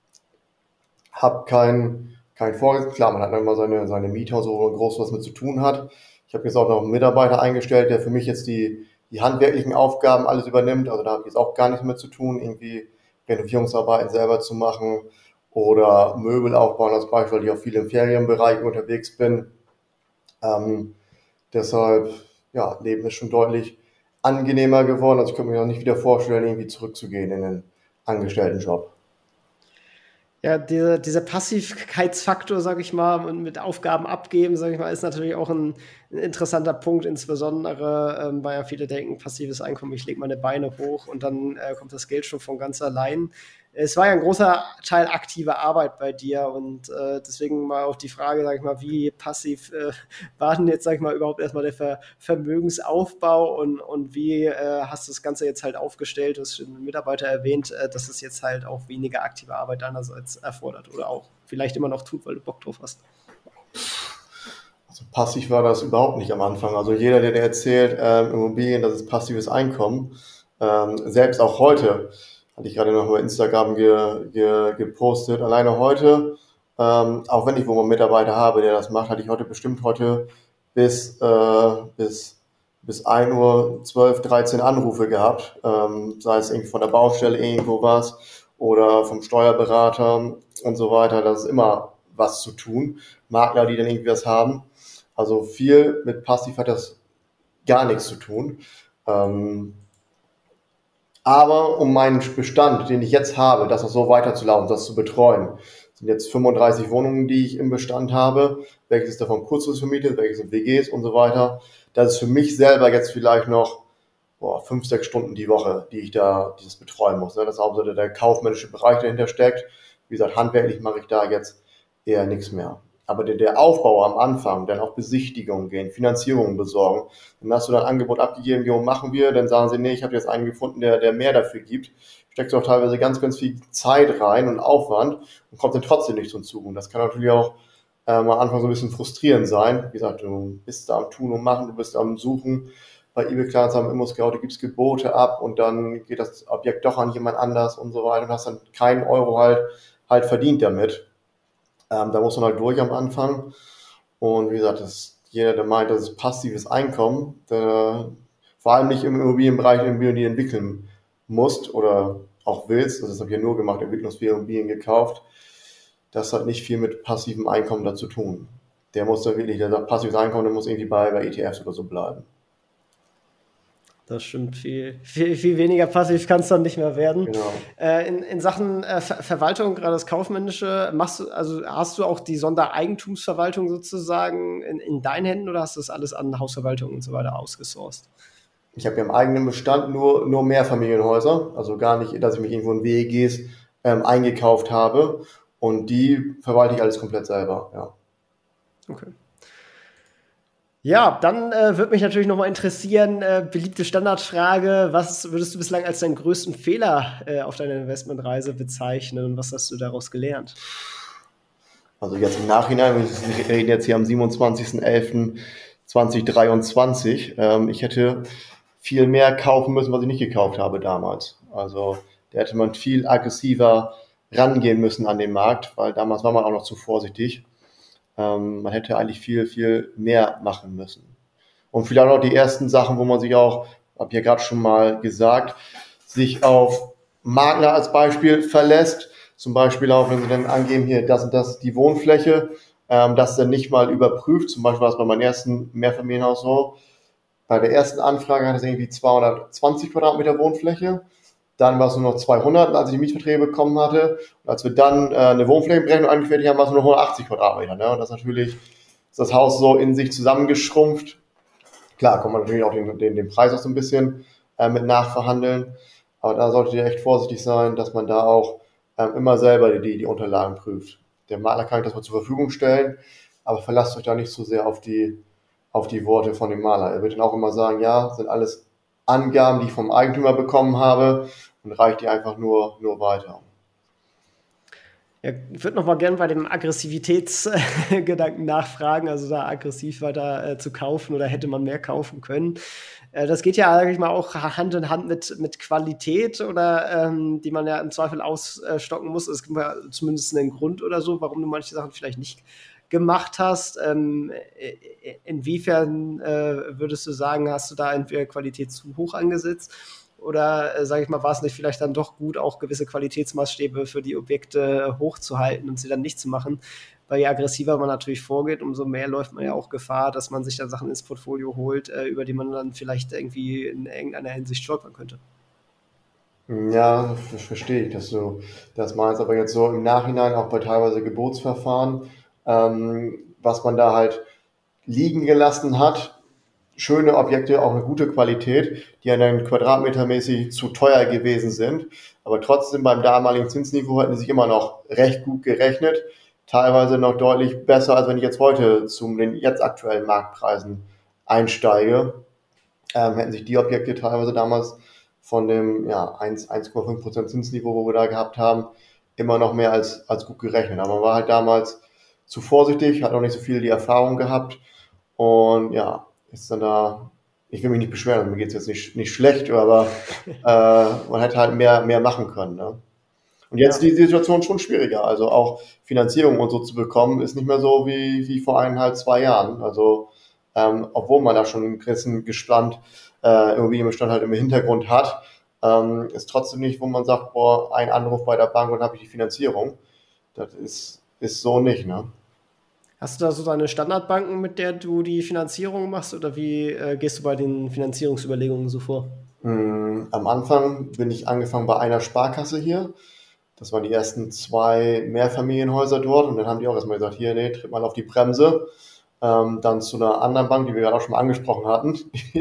hab kein, kein Vorgesetzten. Klar, man hat dann immer seine, seine Mieter, so groß was mit zu tun hat. Ich habe jetzt auch noch einen Mitarbeiter eingestellt, der für mich jetzt die, die handwerklichen Aufgaben alles übernimmt. Also da habe ich jetzt auch gar nichts mit zu tun, irgendwie Renovierungsarbeiten selber zu machen oder Möbel aufbauen als Beispiel, weil ich auch viel im Ferienbereich unterwegs bin. Ähm, deshalb, ja, Leben ist schon deutlich angenehmer geworden. Also ich könnte mir auch nicht wieder vorstellen, irgendwie zurückzugehen in den Angestelltenjob. Ja, dieser, dieser Passivkeitsfaktor, sage ich mal, und mit Aufgaben abgeben, sage ich mal, ist natürlich auch ein, ein interessanter Punkt, insbesondere, ähm, weil ja viele denken, passives Einkommen, ich lege meine Beine hoch und dann äh, kommt das Geld schon von ganz allein. Es war ja ein großer Teil aktive Arbeit bei dir und äh, deswegen mal auf die Frage, sage ich mal, wie passiv äh, war denn jetzt, sage ich mal, überhaupt erstmal der Ver Vermögensaufbau und, und wie äh, hast du das Ganze jetzt halt aufgestellt? Du hast schon einen Mitarbeiter erwähnt, äh, dass es jetzt halt auch weniger aktive Arbeit deinerseits erfordert oder auch vielleicht immer noch tut, weil du Bock drauf hast. Also passiv war das überhaupt nicht am Anfang. Also jeder, der dir erzählt, ähm, Immobilien, das ist passives Einkommen, ähm, selbst auch heute, hatte ich gerade noch bei Instagram ge, ge, gepostet, alleine heute, ähm, auch wenn ich wo einen Mitarbeiter habe, der das macht, hatte ich heute bestimmt heute bis, äh, bis, bis ein Uhr zwölf, dreizehn Anrufe gehabt, ähm, sei es irgendwie von der Baustelle irgendwo was oder vom Steuerberater und so weiter. Das ist immer was zu tun. Makler, die dann irgendwie was haben. Also viel mit Passiv hat das gar nichts zu tun. Ähm, aber um meinen Bestand, den ich jetzt habe, das auch so weiterzulaufen, das zu betreuen, sind jetzt fünfunddreißig Wohnungen, die ich im Bestand habe, welches ist davon kurzfristig vermietet, welches sind W Gs und so weiter. Das ist für mich selber jetzt vielleicht noch boah, fünf, sechs Stunden die Woche, die ich da dieses betreuen muss. Das ist hauptsächlich der kaufmännische Bereich dahinter steckt. Wie gesagt, handwerklich mache ich da jetzt eher nichts mehr. Aber der, der Aufbau am Anfang, dann auch Besichtigungen gehen, Finanzierungen besorgen, dann hast du dann ein Angebot abgegeben, jo, machen wir, dann sagen sie, nee, ich habe jetzt einen gefunden, der, der mehr dafür gibt. Steckst du auch teilweise ganz, ganz viel Zeit rein und Aufwand und kommt dann trotzdem nicht zum Zug. Und das kann natürlich auch ähm, am Anfang so ein bisschen frustrierend sein. Wie gesagt, du bist da am Tun und Machen, du bist am Suchen, bei eBay Kleinanzeigen, ImmoScout, da gibst Gebote ab und dann geht das Objekt doch an jemand anders und so weiter und hast dann keinen Euro halt, halt verdient damit. Ähm, da muss man halt durch am Anfang. Und wie gesagt, das, jeder, der meint, das ist passives Einkommen, der, vor allem nicht im Immobilienbereich Immobilien entwickeln musst oder auch willst, das habe ich ja nur gemacht, entwicklungsfähige Immobilien gekauft, das hat nicht viel mit passivem Einkommen da zu tun. Der muss da wirklich, der sagt, passives Einkommen, der muss irgendwie bei, bei E T Fs oder so bleiben. Das stimmt, viel, viel, viel weniger passiv kann es dann nicht mehr werden. Genau. Äh, in, in Sachen äh, Ver Verwaltung, gerade das Kaufmännische, machst du, also hast du auch die Sondereigentumsverwaltung sozusagen in, in deinen Händen oder hast du das alles an Hausverwaltung und so weiter ausgesourced? Ich habe ja im eigenen Bestand nur, nur Mehrfamilienhäuser, also gar nicht, dass ich mich irgendwo in W E Gs ähm, eingekauft habe und die verwalte ich alles komplett selber, ja. Okay. Ja, dann äh, würde mich natürlich nochmal interessieren, äh, beliebte Standardfrage, was würdest du bislang als deinen größten Fehler äh, auf deiner Investmentreise bezeichnen und was hast du daraus gelernt? Also jetzt im Nachhinein, wir reden jetzt hier am siebenundzwanzigsten elften zweitausenddreiundzwanzig, ähm, ich hätte viel mehr kaufen müssen, was ich nicht gekauft habe damals. Also da hätte man viel aggressiver rangehen müssen an den Markt, weil damals war man auch noch zu vorsichtig. Ähm, man hätte eigentlich viel, viel mehr machen müssen. Und vielleicht auch die ersten Sachen, wo man sich auch, habe ich ja gerade schon mal gesagt, sich auf Makler als Beispiel verlässt. Zum Beispiel auch, wenn sie dann angeben, hier, das und das ist die Wohnfläche, ähm, das dann nicht mal überprüft. Zum Beispiel war es bei meinem ersten Mehrfamilienhaus so. Bei der ersten Anfrage hatte es irgendwie zweihundertzwanzig Quadratmeter Wohnfläche. Dann war es nur noch zweihundert, als ich die Mietverträge bekommen hatte. Und als wir dann äh, eine Wohnflächenberechnung angefertigt haben, war es nur noch hundertachtzig Quadratmeter. Ne? Und das natürlich ist das Haus so in sich zusammengeschrumpft. Klar, kann man natürlich auch den, den, den Preis auch so ein bisschen äh, mit nachverhandeln. Aber da solltet ihr echt vorsichtig sein, dass man da auch ähm, immer selber die, die Unterlagen prüft. Der Makler kann euch das mal zur Verfügung stellen, aber verlasst euch da nicht so sehr auf die, auf die Worte von dem Maler. Er wird dann auch immer sagen, ja, sind alles Angaben, die ich vom Eigentümer bekommen habe und reicht die einfach nur, nur weiter. Ja, ich würde noch mal gerne bei dem Aggressivitätsgedanken nachfragen, also da aggressiv weiter äh, zu kaufen oder hätte man mehr kaufen können. Äh, das geht ja, sag ich mal, auch Hand in Hand mit, mit Qualität oder ähm, die man ja im Zweifel ausstocken muss. Es gibt ja zumindest einen Grund oder so, warum du manche Sachen vielleicht nicht gemacht hast. Ähm, inwiefern äh, würdest du sagen, hast du da entweder Qualität zu hoch angesetzt oder, äh, sage ich mal, war es nicht vielleicht dann doch gut, auch gewisse Qualitätsmaßstäbe für die Objekte hochzuhalten und sie dann nicht zu machen? Weil je aggressiver man natürlich vorgeht, umso mehr läuft man ja auch Gefahr, dass man sich dann Sachen ins Portfolio holt, äh, über die man dann vielleicht irgendwie in irgendeiner Hinsicht stolpern könnte. Ja, das verstehe ich, dass du das meinst, aber jetzt so im Nachhinein auch bei teilweise Gebotsverfahren, ähm, was man da halt liegen gelassen hat, schöne Objekte, auch eine gute Qualität, die ja dann quadratmetermäßig zu teuer gewesen sind, aber trotzdem beim damaligen Zinsniveau hätten sie sich immer noch recht gut gerechnet, teilweise noch deutlich besser, als wenn ich jetzt heute zu den jetzt aktuellen Marktpreisen einsteige, ähm, hätten sich die Objekte teilweise damals von dem ja, eins Komma fünf Prozent Zinsniveau, wo wir da gehabt haben, immer noch mehr als, als gut gerechnet. Aber man war halt damals zu vorsichtig, hat noch nicht so viel die Erfahrung gehabt und ja, ist dann da, ich will mich nicht beschweren, mir geht es jetzt nicht, nicht schlecht, aber äh, man hätte halt mehr, mehr machen können. Ne? Und jetzt ja. Ist die Situation schon schwieriger, also auch Finanzierung und so zu bekommen, ist nicht mehr so wie, wie vor eineinhalb, zwei Jahren. Also ähm, obwohl man da schon einen gewissen Gespannt äh, irgendwie im Bestand halt im Hintergrund hat, ähm, ist trotzdem nicht, wo man sagt, boah, ein Anruf bei der Bank und habe ich die Finanzierung. Das ist, ist so nicht, ne? Hast du da so deine Standardbanken, mit der du die Finanzierung machst oder wie äh, gehst du bei den Finanzierungsüberlegungen so vor? Mm, am Anfang bin ich angefangen bei einer Sparkasse hier. Das waren die ersten zwei Mehrfamilienhäuser dort und dann haben die auch erstmal gesagt, hier, nee, tritt mal auf die Bremse. Ähm, dann zu einer anderen Bank, die wir gerade auch schon mal angesprochen hatten.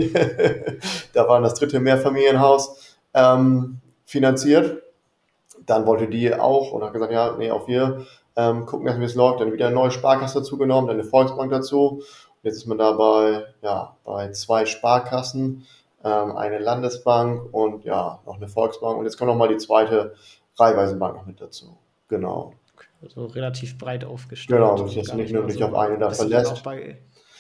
Da war das dritte Mehrfamilienhaus ähm, finanziert. Dann wollte die auch und hat gesagt, ja, nee, auch wir ähm, gucken erstmal, wie es läuft. Dann wieder eine neue Sparkasse dazu genommen, dann eine Volksbank dazu. Und jetzt ist man da bei, ja, bei zwei Sparkassen, ähm, eine Landesbank und ja, noch eine Volksbank. Und jetzt kommt noch mal die zweite Raiffeisenbank noch mit dazu. Genau. Also relativ breit aufgestellt. Genau, das ist jetzt nicht nur nicht auf eine da verlässt. Bei,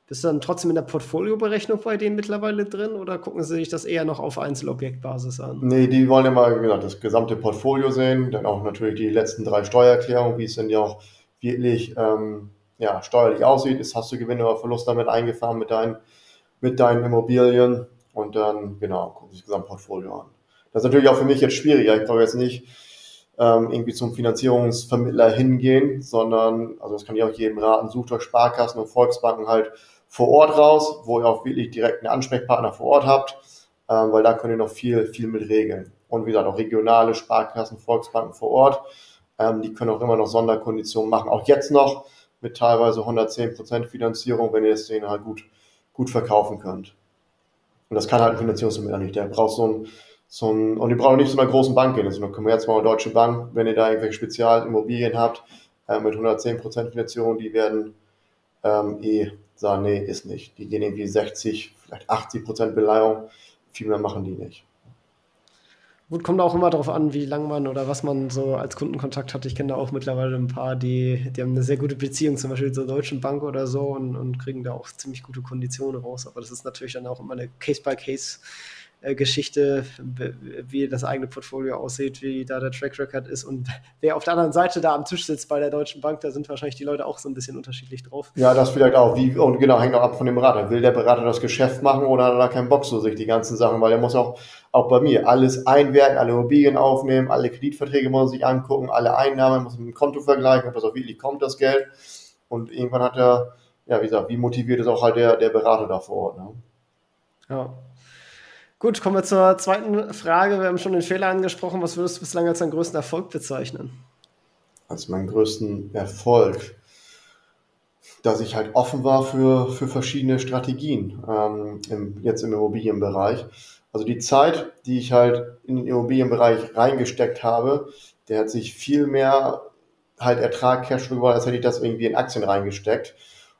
Bist du dann trotzdem in der Portfolioberechnung bei denen mittlerweile drin oder gucken sie sich das eher noch auf Einzelobjektbasis an? Nee, die wollen immer wie gesagt, das gesamte Portfolio sehen, dann auch natürlich die letzten drei Steuererklärungen, wie es denn ja auch wirklich ähm, ja, steuerlich aussieht. Ist, hast du Gewinne oder Verluste damit eingefahren mit deinen, mit deinen Immobilien und dann, genau, gucken sich das Gesamtportfolio an. Das ist natürlich auch für mich jetzt schwieriger. Ich brauche jetzt nicht ähm, irgendwie zum Finanzierungsvermittler hingehen, sondern, also das kann ich auch jedem raten, sucht euch Sparkassen und Volksbanken halt vor Ort raus, wo ihr auch wirklich direkt einen Ansprechpartner vor Ort habt, ähm, weil da könnt ihr noch viel, viel mit regeln. Und wie gesagt, auch regionale Sparkassen, Volksbanken vor Ort, ähm, die können auch immer noch Sonderkonditionen machen, auch jetzt noch mit teilweise hundertzehn Prozent Finanzierung, wenn ihr es denen halt gut, gut verkaufen könnt. Und das kann halt ein Finanzierungsvermittler nicht. Der braucht so ein, so ein, und die brauchen nicht zu einer großen Bank gehen, so eine Commerzbank oder Deutsche Bank, wenn ihr da irgendwelche Spezialimmobilien habt, äh, mit hundertzehn Prozent Finanzierung, die werden ähm, eh sagen, nee, ist nicht. Die gehen irgendwie sechzig, vielleicht achtzig Prozent Beleihung, viel mehr machen die nicht. Gut, kommt auch immer darauf an, wie lang man oder was man so als Kundenkontakt hat. Ich kenne da auch mittlerweile ein paar, die, die haben eine sehr gute Beziehung, zum Beispiel zur Deutschen Bank oder so und, und kriegen da auch ziemlich gute Konditionen raus. Aber das ist natürlich dann auch immer eine Case-by-Case- Geschichte, wie das eigene Portfolio aussieht, wie da der Track Record ist und wer auf der anderen Seite da am Tisch sitzt bei der Deutschen Bank, da sind wahrscheinlich die Leute auch so ein bisschen unterschiedlich drauf. Ja, das vielleicht auch. Wie, und genau, hängt auch ab von dem Berater. Will der Berater das Geschäft machen oder hat er da keinen Bock so sich die ganzen Sachen, weil er muss auch, auch bei mir alles einwerten, alle Immobilien aufnehmen, alle Kreditverträge muss er sich angucken, alle Einnahmen, muss mit dem Konto vergleichen, ob das auch wirklich kommt, das Geld. Und irgendwann hat er, ja, wie gesagt, wie motiviert ist auch halt der, der Berater da vor Ort. Ne? Ja. Gut, kommen wir zur zweiten Frage. Wir haben schon den Fehler angesprochen. Was würdest du bislang als deinen größten Erfolg bezeichnen? Als meinen größten Erfolg, dass ich halt offen war für, für verschiedene Strategien, ähm, im, jetzt im Immobilienbereich. Also die Zeit, die ich halt in den Immobilienbereich reingesteckt habe, der hat sich viel mehr halt Ertrag, Cashflow gebracht, als hätte ich das irgendwie in Aktien reingesteckt.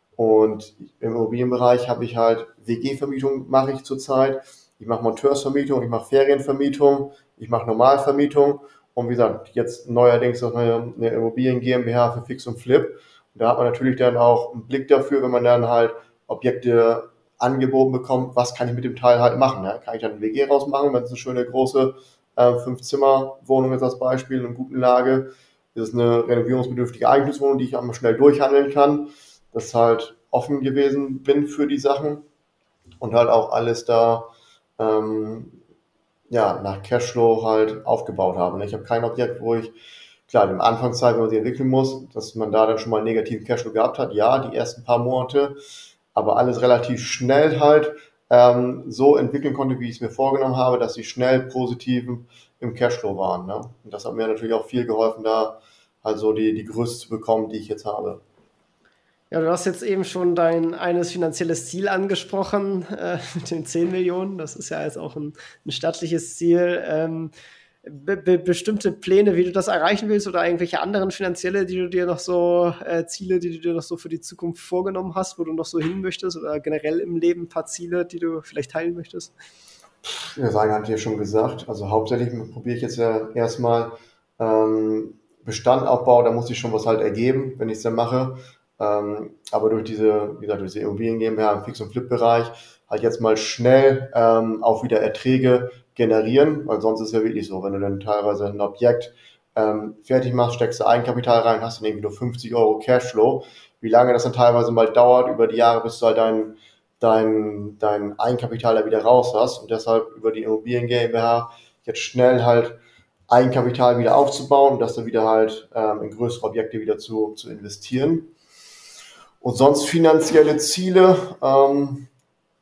Und im Immobilienbereich habe ich halt W G-Vermietung mache ich zurzeit. Ich mache Monteursvermietung, ich mache Ferienvermietung, ich mache Normalvermietung und wie gesagt, jetzt neuerdings noch eine, eine Immobilien GmbH für Fix und Flip. Und da hat man natürlich dann auch einen Blick dafür, wenn man dann halt Objekte angeboten bekommt, was kann ich mit dem Teil halt machen. Ja? Kann ich dann ein W G rausmachen, wenn es eine schöne große äh, Fünf-Zimmer-Wohnung ist als Beispiel, in einer guten Lage. Das ist eine renovierungsbedürftige Eigentumswohnung, die ich einmal schnell durchhandeln kann. Dass ich halt offen gewesen bin für die Sachen und halt auch alles da Ähm, ja, nach Cashflow halt aufgebaut habe. Ich habe kein Objekt, wo ich, klar, in der Anfangszeit, wenn man sich entwickeln muss, dass man da dann schon mal einen negativen Cashflow gehabt hat, ja, die ersten paar Monate, aber alles relativ schnell halt ähm, so entwickeln konnte, wie ich es mir vorgenommen habe, dass sie schnell positiv im Cashflow waren. Ne? Und das hat mir natürlich auch viel geholfen, da halt so die, die Größe zu bekommen, die ich jetzt habe. Ja, du hast jetzt eben schon dein eines finanzielles Ziel angesprochen, äh, mit den zehn Millionen. Das ist ja jetzt auch ein, ein stattliches Ziel. Ähm, be be bestimmte Pläne, wie du das erreichen willst oder irgendwelche anderen finanzielle, die du dir noch so, äh, Ziele, die du dir noch so für die Zukunft vorgenommen hast, wo du noch so hin möchtest oder generell im Leben ein paar Ziele, die du vielleicht teilen möchtest? Ja, sagen hatte ich ja schon gesagt. Also hauptsächlich probiere ich jetzt ja erstmal ähm, Bestandaufbau, da muss ich schon was halt ergeben, wenn ich es dann mache. Ähm, aber durch diese, wie gesagt, durch die Immobilien GmbH im Fix- und Flip-Bereich halt jetzt mal schnell ähm, auch wieder Erträge generieren, weil sonst ist es ja wirklich so, wenn du dann teilweise ein Objekt ähm, fertig machst, steckst du Eigenkapital rein, hast dann irgendwie nur fünfzig Euro Cashflow. Wie lange das dann teilweise mal dauert über die Jahre, bis du halt dein, dein, dein Eigenkapital da wieder raus hast und deshalb über die Immobilien GmbH jetzt schnell halt Eigenkapital wieder aufzubauen und das dann wieder halt ähm, in größere Objekte wieder zu, zu investieren. Und sonst finanzielle Ziele, ähm,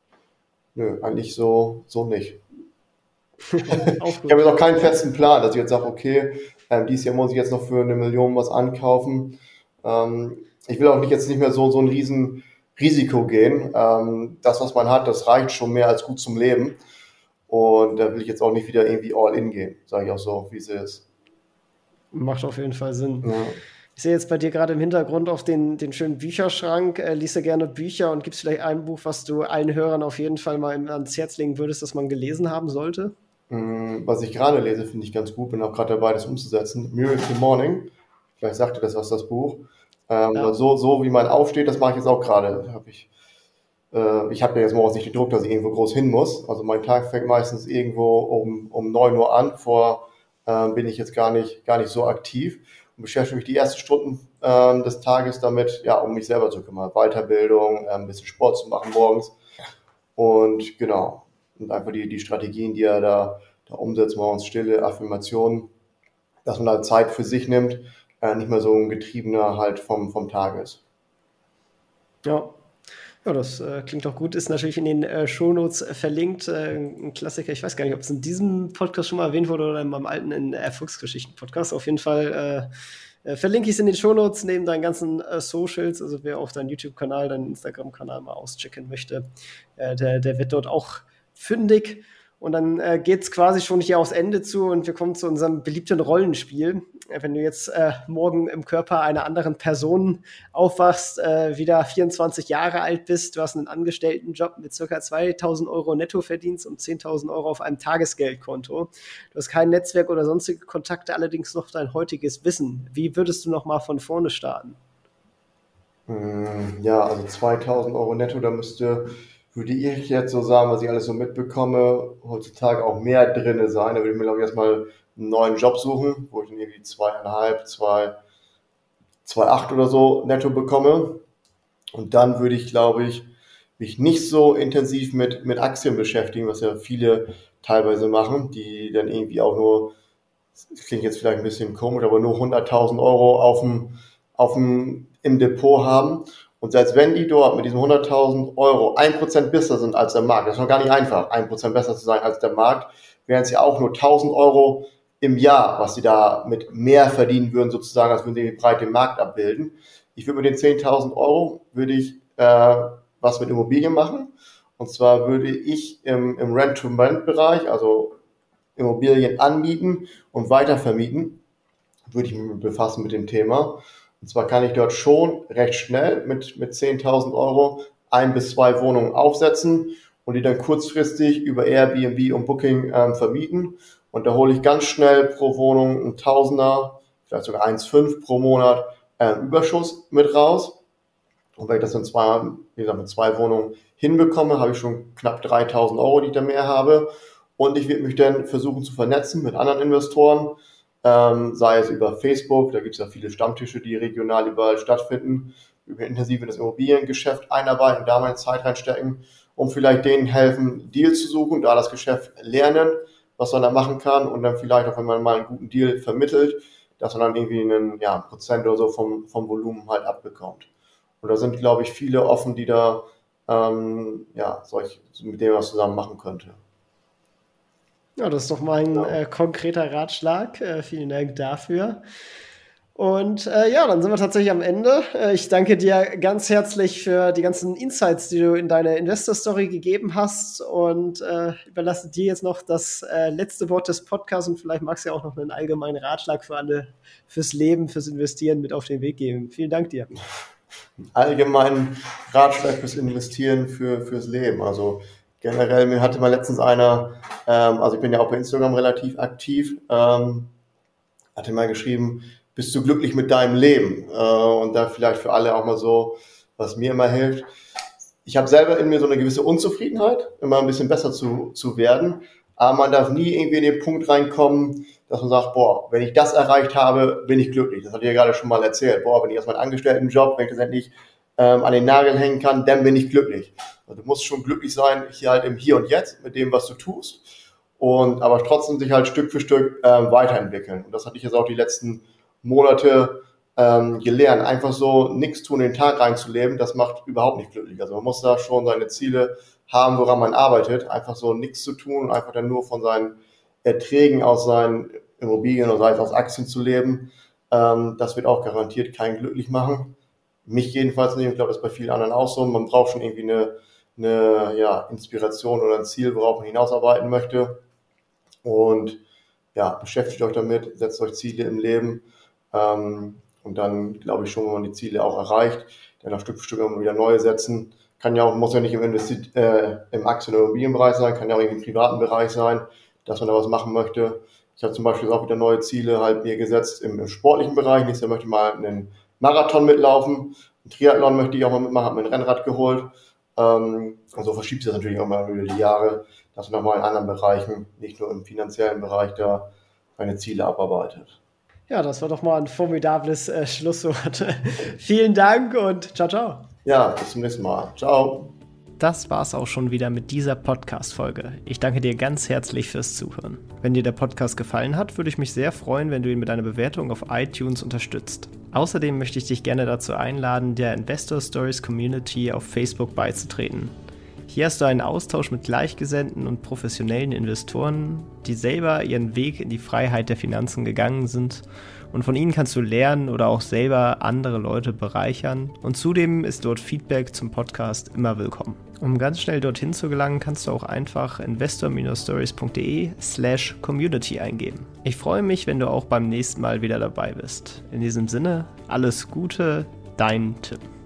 nö, eigentlich so, so nicht. Ich habe jetzt auch keinen festen Plan, dass ich jetzt sage, okay, ähm, dieses Jahr muss ich jetzt noch für eine Million was ankaufen. Ähm, ich will auch nicht jetzt nicht mehr so, so ein riesen Risiko gehen. Ähm, das, was man hat, das reicht schon mehr als gut zum Leben. Und da will ich jetzt auch nicht wieder irgendwie all in gehen, sage ich auch so, wie es ist. Macht auf jeden Fall Sinn. Ja. Ich sehe jetzt bei dir gerade im Hintergrund auf den, den schönen Bücherschrank. Äh, liest du gerne Bücher und gibst vielleicht ein Buch, was du allen Hörern auf jeden Fall mal ans Herz legen würdest, das man gelesen haben sollte? Was ich gerade lese, finde ich ganz gut, bin auch gerade dabei, das umzusetzen. Miracle Morning, vielleicht sagte das was, das Buch. Ähm, Ja. so, so wie man aufsteht, das mache ich jetzt auch gerade. Habe ich äh, ich habe ja jetzt morgens nicht den Druck, dass ich irgendwo groß hin muss. Also mein Tag fängt meistens irgendwo um, um neun Uhr an. Vor äh, bin ich jetzt gar nicht, gar nicht so aktiv und beschäftige mich die ersten Stunden äh, des Tages damit, ja, um mich selber zu kümmern. Weiterbildung, äh, ein bisschen Sport zu machen morgens. Und genau, und einfach die, die Strategien, die er da, da umsetzt, morgens Stille, Affirmationen, dass man halt Zeit für sich nimmt, äh, nicht mehr so ein Getriebener halt vom, vom Tag ist. Ja. Ja, das äh, klingt doch gut. Ist natürlich in den äh, Shownotes äh, verlinkt. Äh, ein Klassiker. Ich weiß gar nicht, ob es in diesem Podcast schon mal erwähnt wurde oder in meinem alten in Erfolgsgeschichten-Podcast. Auf jeden Fall äh, äh, verlinke ich es in den Shownotes neben deinen ganzen äh, Socials. Also wer auch deinen YouTube-Kanal, deinen Instagram-Kanal mal auschecken möchte, äh, der, der wird dort auch fündig. Und dann äh, geht es quasi schon hier aufs Ende zu und wir kommen zu unserem beliebten Rollenspiel. Äh, wenn du jetzt äh, morgen im Körper einer anderen Person aufwachst, äh, wieder vierundzwanzig Jahre alt bist, du hast einen Angestelltenjob mit ca. zweitausend Euro Nettoverdienst und zehntausend Euro auf einem Tagesgeldkonto. Du hast kein Netzwerk oder sonstige Kontakte, allerdings noch dein heutiges Wissen. Wie würdest du noch mal von vorne starten? Ja, also zweitausend Euro netto, da müsste, würde ich jetzt so sagen, was ich alles so mitbekomme, heutzutage auch mehr drinne sein. Da würde ich mir, glaube ich, erstmal einen neuen Job suchen, wo ich dann irgendwie zweieinhalb, zwei, zwei Komma acht oder so netto bekomme. Und dann würde ich, glaube ich, mich nicht so intensiv mit, mit Aktien beschäftigen, was ja viele teilweise machen, die dann irgendwie auch nur, das klingt jetzt vielleicht ein bisschen komisch, aber nur hunderttausend Euro auf dem, auf dem, im Depot haben. Und selbst wenn die dort mit diesen hunderttausend Euro ein Prozent besser sind als der Markt, das ist noch gar nicht einfach, ein Prozent besser zu sein als der Markt, wären es ja auch nur tausend Euro im Jahr, was sie da mit mehr verdienen würden, sozusagen, als würden sie breit den Markt abbilden. Ich würde mit den zehntausend Euro, würde ich äh, was mit Immobilien machen. Und zwar würde ich im, im Rent-to-Rent-Bereich, also Immobilien anmieten und weitervermieten, würde ich mich befassen mit dem Thema. Und zwar kann ich dort schon recht schnell mit, mit zehntausend Euro ein bis zwei Wohnungen aufsetzen und die dann kurzfristig über Airbnb und Booking ähm, vermieten. Und da hole ich ganz schnell pro Wohnung ein Tausender, vielleicht sogar eins Komma fünf pro Monat äh, Überschuss mit raus. Und wenn ich das dann zwei, wie gesagt, mit zwei Wohnungen hinbekomme, habe ich schon knapp dreitausend Euro, die ich da mehr habe. Und ich werde mich dann versuchen zu vernetzen mit anderen Investoren, ähm, sei es über Facebook, da gibt es ja viele Stammtische, die regional überall stattfinden, über intensiv in das Immobiliengeschäft einarbeiten, da meine Zeit reinstecken, um vielleicht denen helfen, Deals zu suchen, da das Geschäft lernen, was man da machen kann und dann vielleicht auch, wenn man mal einen guten Deal vermittelt, dass man dann irgendwie einen ja, Prozent oder so vom, vom Volumen halt abbekommt. Und da sind, glaube ich, viele offen, die da ähm, ja, solch, mit dem was zusammen machen könnte. Ja, das ist doch mal ein äh, konkreter Ratschlag. Äh, vielen Dank dafür. Und äh, ja, dann sind wir tatsächlich am Ende. Äh, ich danke dir ganz herzlich für die ganzen Insights, die du in deine Investor-Story gegeben hast und äh, überlasse dir jetzt noch das äh, letzte Wort des Podcasts und vielleicht magst du ja auch noch einen allgemeinen Ratschlag für alle fürs Leben, fürs Investieren mit auf den Weg geben. Vielen Dank dir. Allgemeinen Ratschlag fürs Investieren, für, fürs Leben. Also generell, mir hatte mal letztens einer, ähm, also ich bin ja auch bei Instagram relativ aktiv, ähm, hatte mal geschrieben, bist du glücklich mit deinem Leben? Äh, und da vielleicht für alle auch mal so, was mir immer hilft. Ich habe selber in mir so eine gewisse Unzufriedenheit, immer ein bisschen besser zu, zu werden. Aber man darf nie irgendwie in den Punkt reinkommen, dass man sagt, boah, wenn ich das erreicht habe, bin ich glücklich. Das hatte ich ja gerade schon mal erzählt. Boah, wenn ich aus meinem Angestelltenjob, wenn ich das endlich ähm, an den Nagel hängen kann, dann bin ich glücklich. Also du musst schon glücklich sein, hier halt im Hier und Jetzt mit dem, was du tust. Und aber trotzdem sich halt Stück für Stück ähm, weiterentwickeln. Und das hatte ich jetzt auch die letzten Monate ähm, gelernt. Einfach so nichts tun, in den Tag reinzuleben, das macht überhaupt nicht glücklich. Also man muss da schon seine Ziele haben, woran man arbeitet. Einfach so nichts zu tun und einfach dann nur von seinen Erträgen aus seinen Immobilien oder sei es aus Aktien zu leben. Ähm, das wird auch garantiert keinen glücklich machen. Mich jedenfalls nicht. Ich glaube, das ist bei vielen anderen auch so. Man braucht schon irgendwie eine, eine ja, Inspiration oder ein Ziel, worauf man hinausarbeiten möchte. Und ja, beschäftigt euch damit, setzt euch Ziele im Leben. Ähm, und dann glaube ich schon, wenn man die Ziele auch erreicht, dann auch Stück für Stück immer wieder neue setzen. Kann ja auch, muss ja nicht im, Investi- äh, im Aktien- oder Immobilienbereich sein, kann ja auch im privaten Bereich sein, dass man da was machen möchte. Ich habe zum Beispiel auch wieder neue Ziele halt mir gesetzt im, im sportlichen Bereich. Nächstes Jahr möchte ich mal einen Marathon mitlaufen, einen Triathlon möchte ich auch mal mitmachen, habe mir ein Rennrad geholt. Ähm, und so verschiebt sich das natürlich auch mal über die Jahre, dass man nochmal in anderen Bereichen, nicht nur im finanziellen Bereich, da seine Ziele abarbeitet. Ja, das war doch mal ein formidables äh, Schlusswort. Vielen Dank und ciao, ciao. Ja, bis zum nächsten Mal. Ciao. Das war's auch schon wieder mit dieser Podcast-Folge. Ich danke dir ganz herzlich fürs Zuhören. Wenn dir der Podcast gefallen hat, würde ich mich sehr freuen, wenn du ihn mit einer Bewertung auf iTunes unterstützt. Außerdem möchte ich dich gerne dazu einladen, der Investor Stories Community auf Facebook beizutreten. Hier hast du einen Austausch mit Gleichgesinnten und professionellen Investoren, die selber ihren Weg in die Freiheit der Finanzen gegangen sind, und von ihnen kannst du lernen oder auch selber andere Leute bereichern, und zudem ist dort Feedback zum Podcast immer willkommen. Um ganz schnell dorthin zu gelangen, kannst du auch einfach investor stories punkt de slash community eingeben. Ich freue mich, wenn du auch beim nächsten Mal wieder dabei bist. In diesem Sinne, alles Gute, dein Tim.